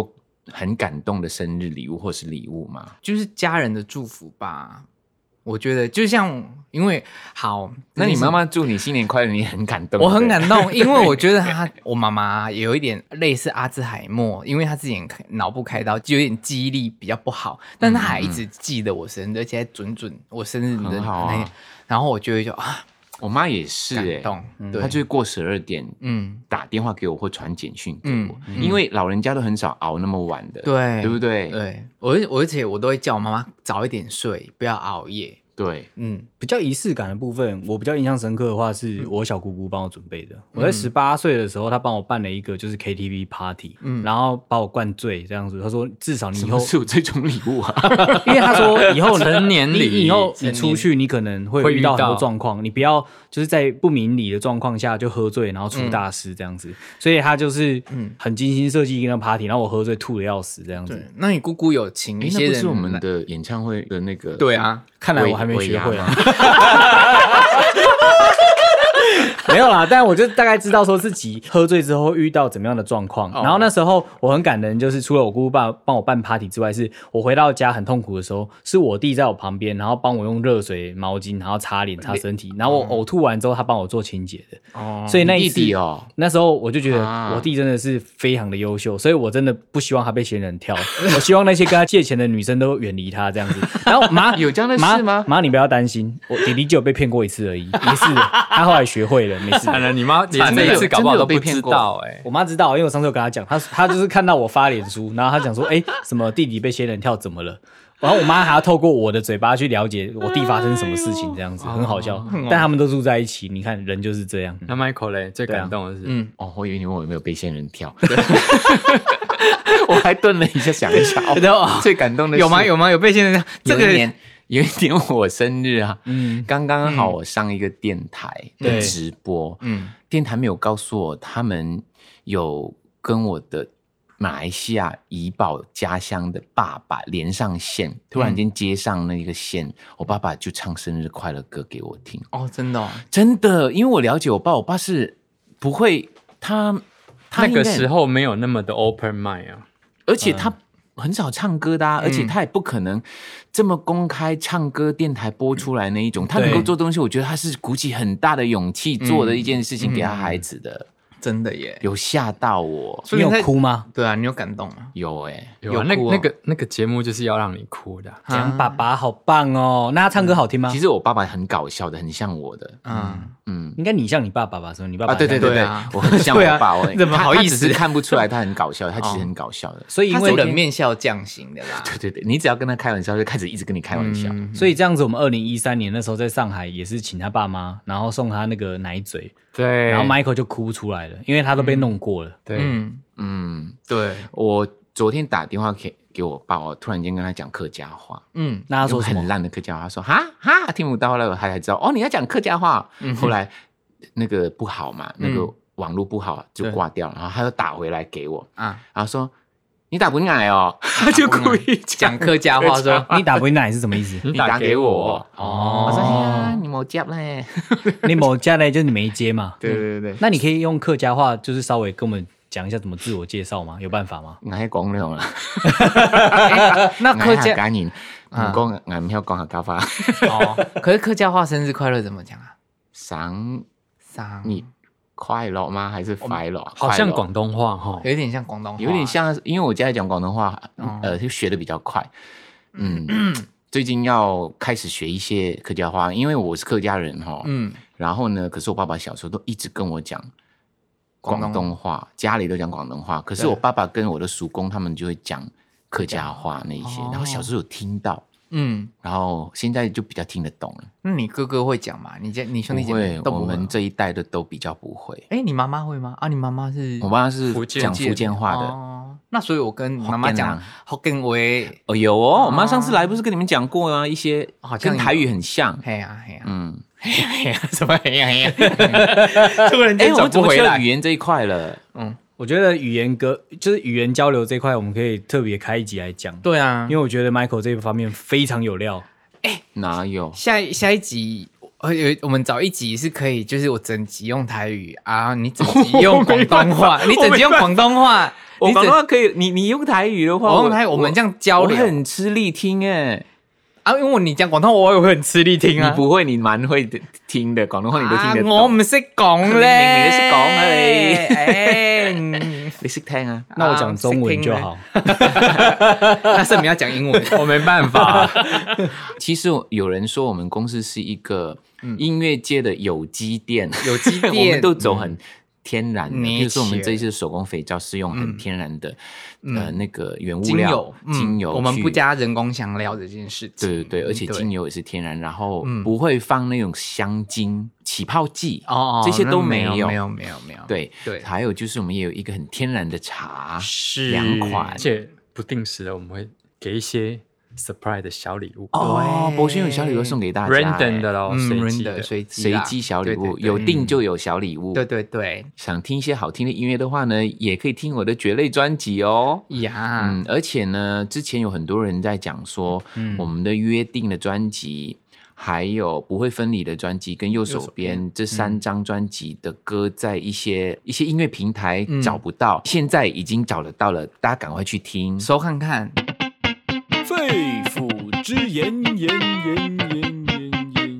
很感动的生日礼物或是礼物吗？ 就是家人的祝福吧。我觉得就像，因为好， 那你妈妈祝你新年快乐，你很感动。 我很感动，因为我觉得她，我妈妈有一点类似阿兹海默，因为她之前脑部开刀，就有点记忆力比较不好，但她还一直记得我生日，而且还准准我生日的那很好啊。 然后我就会就啊。 我妈也是哎、欸， 动， 她就会过十二点，嗯，打电话给我或传简讯给我、嗯，因为老人家都很少熬那么晚的， 对， 对不对？ 对，我我而且我都会叫我妈妈早一点睡，不要熬夜。 对， 嗯，比较仪式感的部分，我比较印象深刻的话，是我小姑姑帮我准备的。嗯、我在十八岁的时候，她帮我办了一个就是 K T V party，嗯，然后把我灌醉这样子。她说至少你以后是有这种礼物啊， 因为她说以后成年礼， 你以后你出去你可能会遇到很多状况，你不要就是在不明理的状况下就喝醉，然后出大事这样子。嗯、所以她就是很精心设计一个 party， 然后我喝醉吐的要死这样子。 对，那你姑姑有请一些人？ 那不是我们的演唱会的那个？ 对啊。 看来我还没学会啊，没有啦，但我就大概知道说自己喝醉之后会遇到怎么样的状况。Oh. 然后那时候我很感人，就是除了我姑姑帮帮我办 party 之外，是我回到家很痛苦的时候，是我弟在我旁边，然后帮我用热水、毛巾，然后擦脸、擦身体，然后我呕吐完之后，他帮我做清洁的。哦，所以那一次， 弟弟哦， 那时候我就觉得我弟真的是非常的优秀，所以我真的不希望他被仙人跳，我希望那些跟他借钱的女生都远离他这样子。然后妈有这样的事吗？ 妈，你不要担心，我弟弟就有被骗过一次而已，没事的，他后来学会了，没事。 惨了，你妈连这一次搞不好都不知道哎、欸。 我妈知道，因为我上次有跟她讲，她她就是看到我发脸书，然后她讲说，哎、欸，什么弟弟被仙人跳怎么了？然后我妈还要透过我的嘴巴去了解我弟发生什么事情，这样子、哎、很好笑。但他们都住在一起，你看人就是这样。 那 Michael 嘞，最感动的是，嗯， 哦，我以为你问我有没有被仙人跳，我还顿了一下，想一下，哦、最感动的是有吗？有吗？有被仙人跳？这个年。有一年我生日啊，嗯，刚刚好我上一个电台的直播，嗯，电台没有告诉我他们有跟我的马来西亚怡保家乡的爸爸连上线，突然间接上那个线，嗯、我爸爸就唱生日快乐歌给我听。 哦，真的、哦， 真的，因为我了解我爸，我爸是不会，他他那个时候没有那么的 open mind 啊， 而且他。嗯很少唱歌的、啊嗯、而且他也不可能这么公开唱歌电台播出来那一种、嗯、他能够做东西，我觉得他是鼓起很大的勇气做的一件事情给他孩子的、嗯嗯、 真的耶， 有吓到我。 你有哭吗？ 对啊，你有感动吗？ 有哎、欸， 有啊，那那個那个节目就是要让你哭的、啊。 讲爸爸好棒哦，那他唱歌好听吗？ 其实我爸爸很搞笑的，很像我的，嗯嗯，应该你像你爸爸吧？是吧？你爸爸啊，对对对对， 啊、 我很像我爸，我怎么好意思？ 他只是看不出来他很搞笑，他其实很搞笑的， 所以因为冷面笑匠型的啦。 对对对，你只要跟他开玩笑，就开始一直跟你开玩笑。嗯、 所以这样子，我们二零一三年那时候在上海也是请他爸妈，然后送他那个奶嘴， 对， 然后 Michael 就哭出来了，因为他都被弄过了。嗯、 对， 嗯嗯， 对， 我昨天打电话给给我爸，我突然间跟他讲客家话， 嗯，那他说什么？ 很烂的客家话，他说哈哈听不到了，我才知道哦，你要讲客家话。嗯、后来那个不好嘛，那个网络不好就挂掉了，然后他又打回来给我啊，然后说你打不进来哦，他就故意讲客家话说你打不进来是什么意思？ 你打给我哦， 我说哎呀你没接嘞， 你没接嘞就是你没接嘛。 对对对， 那你可以用客家话，就是稍微跟我们讲一下怎么自我介绍吗？有办法吗？ 我还讲了啦， 那客家赶紧，唔講我唔曉講客家話。 哦，可是客家話生日快樂怎麼講啊？ 生生你快樂嗎？還是快樂？ 好像廣東話哈， 有點像廣東話， 有點像，因為我家講廣東話，呃，就學得比較快。嗯，最近要開始學一些客家話，因為我是客家人哈。嗯，然後呢，可是我爸爸小時候都一直跟我講廣東話，家裡都講廣東話，可是我爸爸跟我的叔公他們就會講客家話那一些，然後小時候有聽到。嗯，然後現在就比較聽得懂了。 那你哥哥會講嗎？你家你兄弟姐妹都不會？ 我們這一代的都比較不會。 哎，你媽媽會嗎？啊，你媽媽是？ 我媽是講福建話的。 哦，那所以我跟媽媽講福建話。 哦，有哦，我媽上次來不是跟你們講過啊，一些跟台語很像。 嘿呀嘿呀， 嗯， 嘿呀嘿呀，什麼嘿呀嘿呀？突然間轉不回來。 語言這一塊了， 嗯。我覺得語言歌就是語言交流這一塊，我們可以特別開一集來講。 對啊， 因為我覺得 Michael 這方面非常有料。 哎， 哪有？ 下下一集，呃，有我們找一集是可以，就是我整集用台語啊，你整集用廣東話，你整集用廣東話。 我广东话可以，你你用台语的话， 我用台语，我们这样交流， 我很吃力听哎。 啊，因为你讲广东话，我也会很吃力听啊。 你不会，你蛮会听的，广东话你都听得懂。 啊、我唔識講咧， 明明你識講啊你， 哎， 你識聽啊？ 那我講中文就好。 那是你要講英文， 我沒辦法。 其實有人說我們公司是一個音樂界的有機店， 有機店， 我們都走很天然的， 嗯、 比如說我們這一次手工肥皂是用很天然的、嗯、呃那個原物料精油， 精油、 嗯，我們不加人工香料這件事情。 對對對，而且精油也是天然，然後不會放那種香精、起泡劑哦， 這些都沒有， 沒有沒有沒有沒有。 對對， 還有就是我們也有一個很天然的茶， 是兩款， 而且不定時的我們會給一些。surprise 的小禮物哦，博軒有小禮物送給大家 ，random 的咯，隨機的， 隨機隨機小禮物，有訂就有小禮物。 對對對， 想聽一些好聽的音樂的話呢，也可以聽我的蕨類專輯哦。 呀， 嗯，而且呢，之前有很多人在講說，嗯、我們的約定的專輯，還有不會分離的專輯，跟右手邊這三張專輯的歌，在一些、嗯、一些音樂平台找不到、嗯，現在已經找得到了，大家趕快去聽， 搜看看。 肺腑之言，言言言言言言。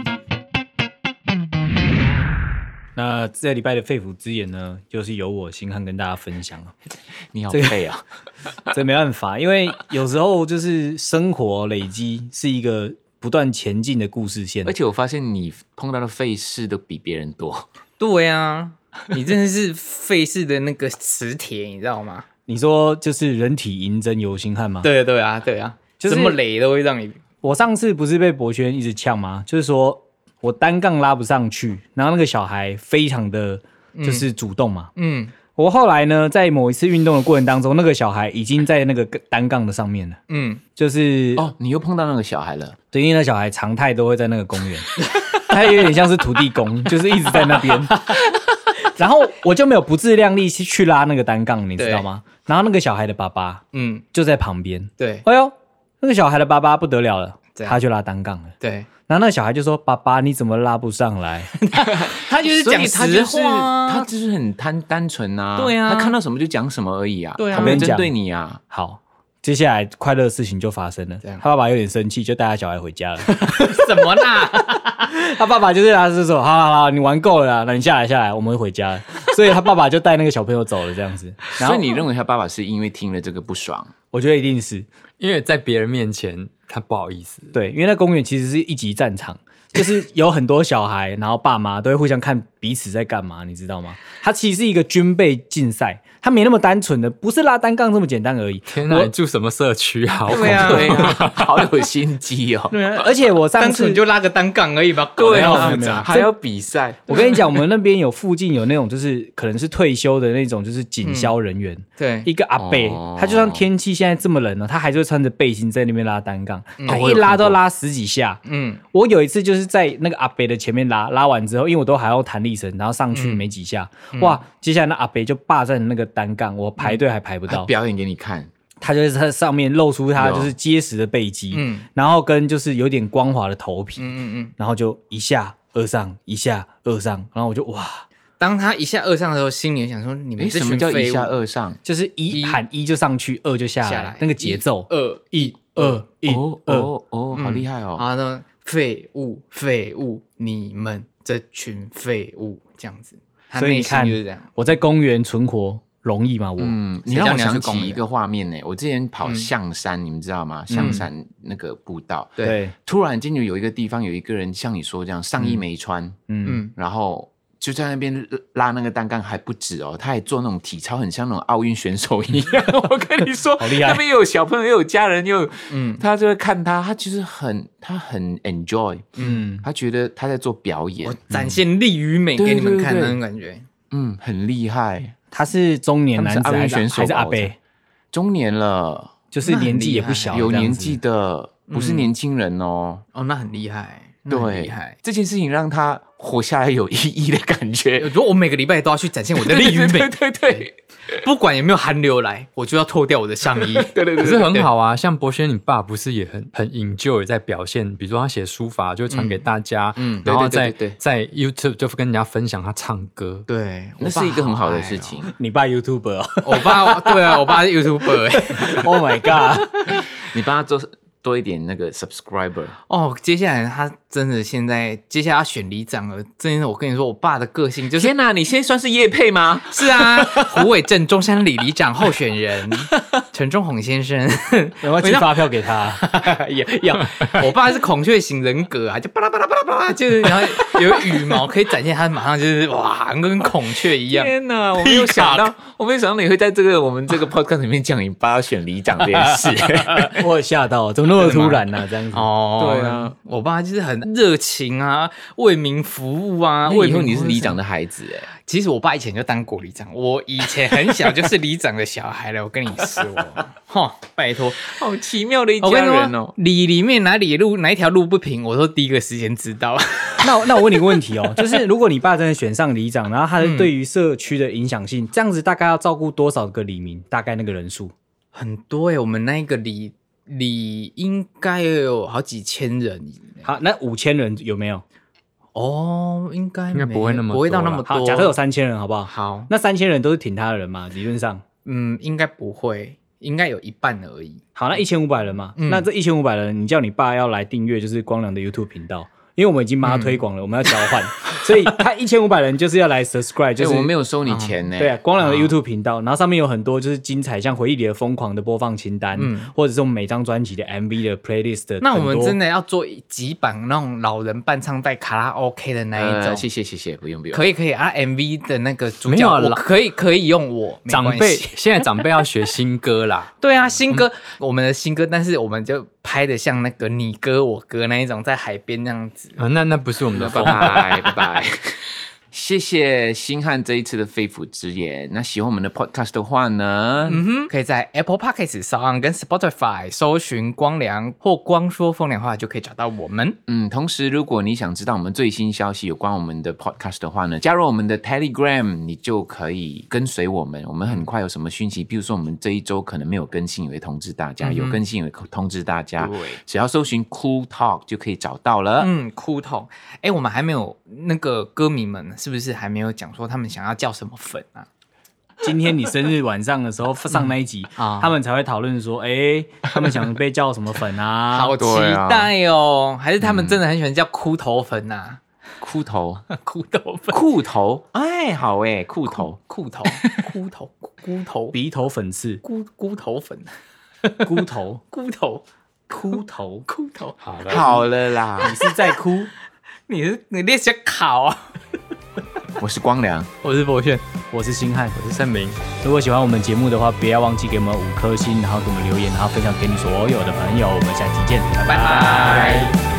那这礼拜的肺腑之言呢，就是由我星汉跟大家分享了。 你好废啊、 這個！这没办法，因为有时候就是生活累积是一个不断前进的故事线。 而且我发现你碰到的废事都比别人多。 对啊，你真的是废事的那个磁铁，你知道吗？ 你说就是人体银针游星汉吗？ 对对啊，对啊，就是什么雷都会让你。 我上次不是被博轩一直呛吗？就是说我单杠拉不上去，然后那个小孩非常的就是主动嘛。嗯，我后来呢，在某一次运动的过程当中，那个小孩已经在那个单杠的上面了。嗯，就是哦，你又碰到那个小孩了。 对，因为那小孩常态都会在那个公园，他有点像是土地公，就是一直在那边。然后我就没有不自量力去拉那个单杠，你知道吗？然后那个小孩的爸爸，嗯，就在旁边。对，哎呦，那个小孩的爸爸不得了了，他就拉单杠了。对，然后那个小孩就说：“爸爸，你怎么拉不上来？” 他就是讲实话， 他就是很单单纯啊。 对啊， 他看到什么就讲什么而已啊。 对啊， 他没有针对你啊。 好。接下来快乐的事情就发生了，他爸爸有点生气，就带他小孩回家了。 什么啦？ 他爸爸就是他是说，好好好，你玩够了啦，那你下来下来，我们回家了。所以他爸爸就带那个小朋友走了，这样子。 所以你认为他爸爸是因为听了这个不爽？ 我觉得一定是因为在别人面前他不好意思。 对，因为那公园其实是一级战场。就是有很多小孩，然后爸妈都会互相看彼此在干嘛，你知道吗？它其实是一个军备竞赛，它没那么单纯的，不是拉单杠这么简单而已。 天哪，你住什么社区啊？ 对啊， 对啊，好有心机哦。 对啊，而且我上次单纯就拉个单杠而已吧， 对啊， 还要比赛。 我跟你讲，我们那边有附近有那种就是可能是退休的那种就是警消人员，嗯、 对， 一个阿伯、哦，他就算天气现在这么冷了，他还是会穿着背心在那边拉单杠，嗯、他一拉都拉十几下。嗯，我有一次就是在那个阿伯的前面拉，拉完之后，因为我都还要弹力绳，然后上去没几下，嗯、哇！接下来那阿伯就霸占那个单杠，我排队还排不到， 表演给你看。 他就是在上面露出他就是结实的背肌，嗯，然后跟就是有点光滑的头皮，嗯嗯嗯，然后就一下二上，一下二上，然后我就哇！ 当他一下二上的时候，心里想说：你们这群废物。 什么叫一下二上？ 就是一, 一喊一就上去，二就下来，下来那个节奏， 二一二一哦哦哦，好厉害哦！ 啊，那废物废物，你们这群废物，这样子。 所以你看，我在公园存活容易吗？我嗯，你让我想起一个画面呢。我之前跑象山，嗯、你们知道吗？象山那个步道， 嗯、对， 突然间就有一个地方有一个人像你说这样上衣没穿，嗯，然后就在那边拉那个单杠还不止哦，他还做那种体操，很像那种奥运选手一样。我跟你说， 好厉害！ 那边有小朋友，又有家人，又嗯，他就会看他，他就是很他很 enjoy， 嗯，他觉得他在做表演， 我展现力与美给你们看那种感觉， 嗯，很厉害。 他是中年男子还是还是阿伯？ 中年了， 就是年纪也不小， 有年纪的，不是年轻人哦。 嗯、哦，那很厉害， 对，厉害。这件事情让他活下来有意义的感觉。 我觉得我每个礼拜都要去展现我的力与美。 对对对对。 不管有没有寒流来，我就要脱掉我的上衣。 对对可是很好啊，像博轩你爸不是也很很 enjoy 在表现，比如说他写书法就传给大家，嗯，然后在对对对对在 YouTube 就跟人家分享他唱歌， 对， 那是一个很好的事情。 你爸 YouTuber 哦我爸对啊，我爸是 YouTuber 欸 ，Oh my god！ 你帮他做多一点那个 subscriber 哦，接下来他真的现在接下来要选里长了，真的我跟你说，我爸的个性就是天哪，你现在算是业配吗？ 是啊，虎尾镇中山里里长候选人陈忠宏先生， 有没有寄发票给他？ 要要，我爸是孔雀型人格啊，就巴拉巴拉巴拉巴拉，就是然后有羽毛可以展现，他马上就是哇，跟孔雀一样。 天哪，我没有想到，我没有想到你会在这个我们这个 podcast 里面讲你爸要选里长这件事。 我有吓到，怎么那么突然呢、啊？这样子哦， 对啊， 我爸就是很热情啊，为民服务啊。 那以后你是里长的孩子哎、欸。 其实我爸以前就当过里长，我以前很小就是里长的小孩了。我跟你说，哈，拜托， 好奇妙的一我跟你说家人哦。 里里面哪里路哪一条路不平，我都第一个时间知道。 那那我问你个问题哦，就是如果你爸真的选上里长，然后他对于社区的影响性，这样子大概要照顾多少个里民？大概那个人数很多哎、欸，我们那个里里应该有好几千人。 好，那五千人有没有？ 哦，应该应该不会那么多啦不会到那么多。 好，假设有三千人，好不好？ 好， 那三千人都是挺他的人嘛？理论上， 嗯，应该不会，应该有一半而已。 好，那一千五百人嘛， 嗯那这一千五百人，你叫你爸要来订阅，就是光良的 YouTube 频道。因为我们已经帮他推广了，嗯、我们要交换，所以他一千五百人就是要来 subscribe， 就是、 欸、我们没有收你钱呢、欸啊。对啊，光良的 YouTube 频道，然后上面有很多就是精彩，像回忆里的疯狂的播放清单，嗯、或者是我们每张专辑的 M V 的 playlist 的。 那我们真的要做几版那种老人伴唱带卡拉 OK 的那一种？ 呃、谢谢谢谢，不用不用。 可以可以啊 ，M V 的那个主角我可以可以用我长辈，现在长辈要学新歌啦。 对啊，新歌、嗯、我们的新歌，但是我们就拍的像那个你歌我歌那一种，在海边那样子。 啊，那那不是我们的风格。 拜拜拜拜。谢谢星汉这一次的肺腑之言。那喜欢我们的 podcast 的话呢， 嗯哼，可以在 Apple Podcast、SoundOn 跟 Spotify 搜寻光良或光说风凉话，就可以找到我们。 嗯，同时如果你想知道我们最新消息有关我们的 podcast 的话呢，加入我们的 Telegram， 你就可以跟随我们。我们很快有什么讯息，比如说我们这一周可能没有更新，也会通知大家；嗯、有更新，也会通知大家。对，只要搜寻 Cool Talk 就可以找到了。 嗯 ，Cool Talk。哎，我们还没有那个歌迷们是不是还没有讲说他们想要叫什么粉啊？ 今天你生日晚上的时候上那一集，嗯啊、他们才会讨论说，哎、欸，他们想被叫什么粉啊？ 好期待哦！还是他们真的很喜欢叫骷头粉啊？ 骷头， 骷头粉， 裤头，哎，好哎，裤头， 裤头，骷头，骷头， 鼻头粉刺， 骷骷头粉， 骷头， 骷头， 骷头， 骷头， 好了，好了啦， 你是在哭？ 你是你练些考啊？ 我是光良， 我是博炫， 我是星汉， 我是盛明。 如果喜欢我们节目的话，不要忘记给我们五颗星，然后给我们留言，然后分享给你所有的朋友。我们下期见，拜拜。 拜拜。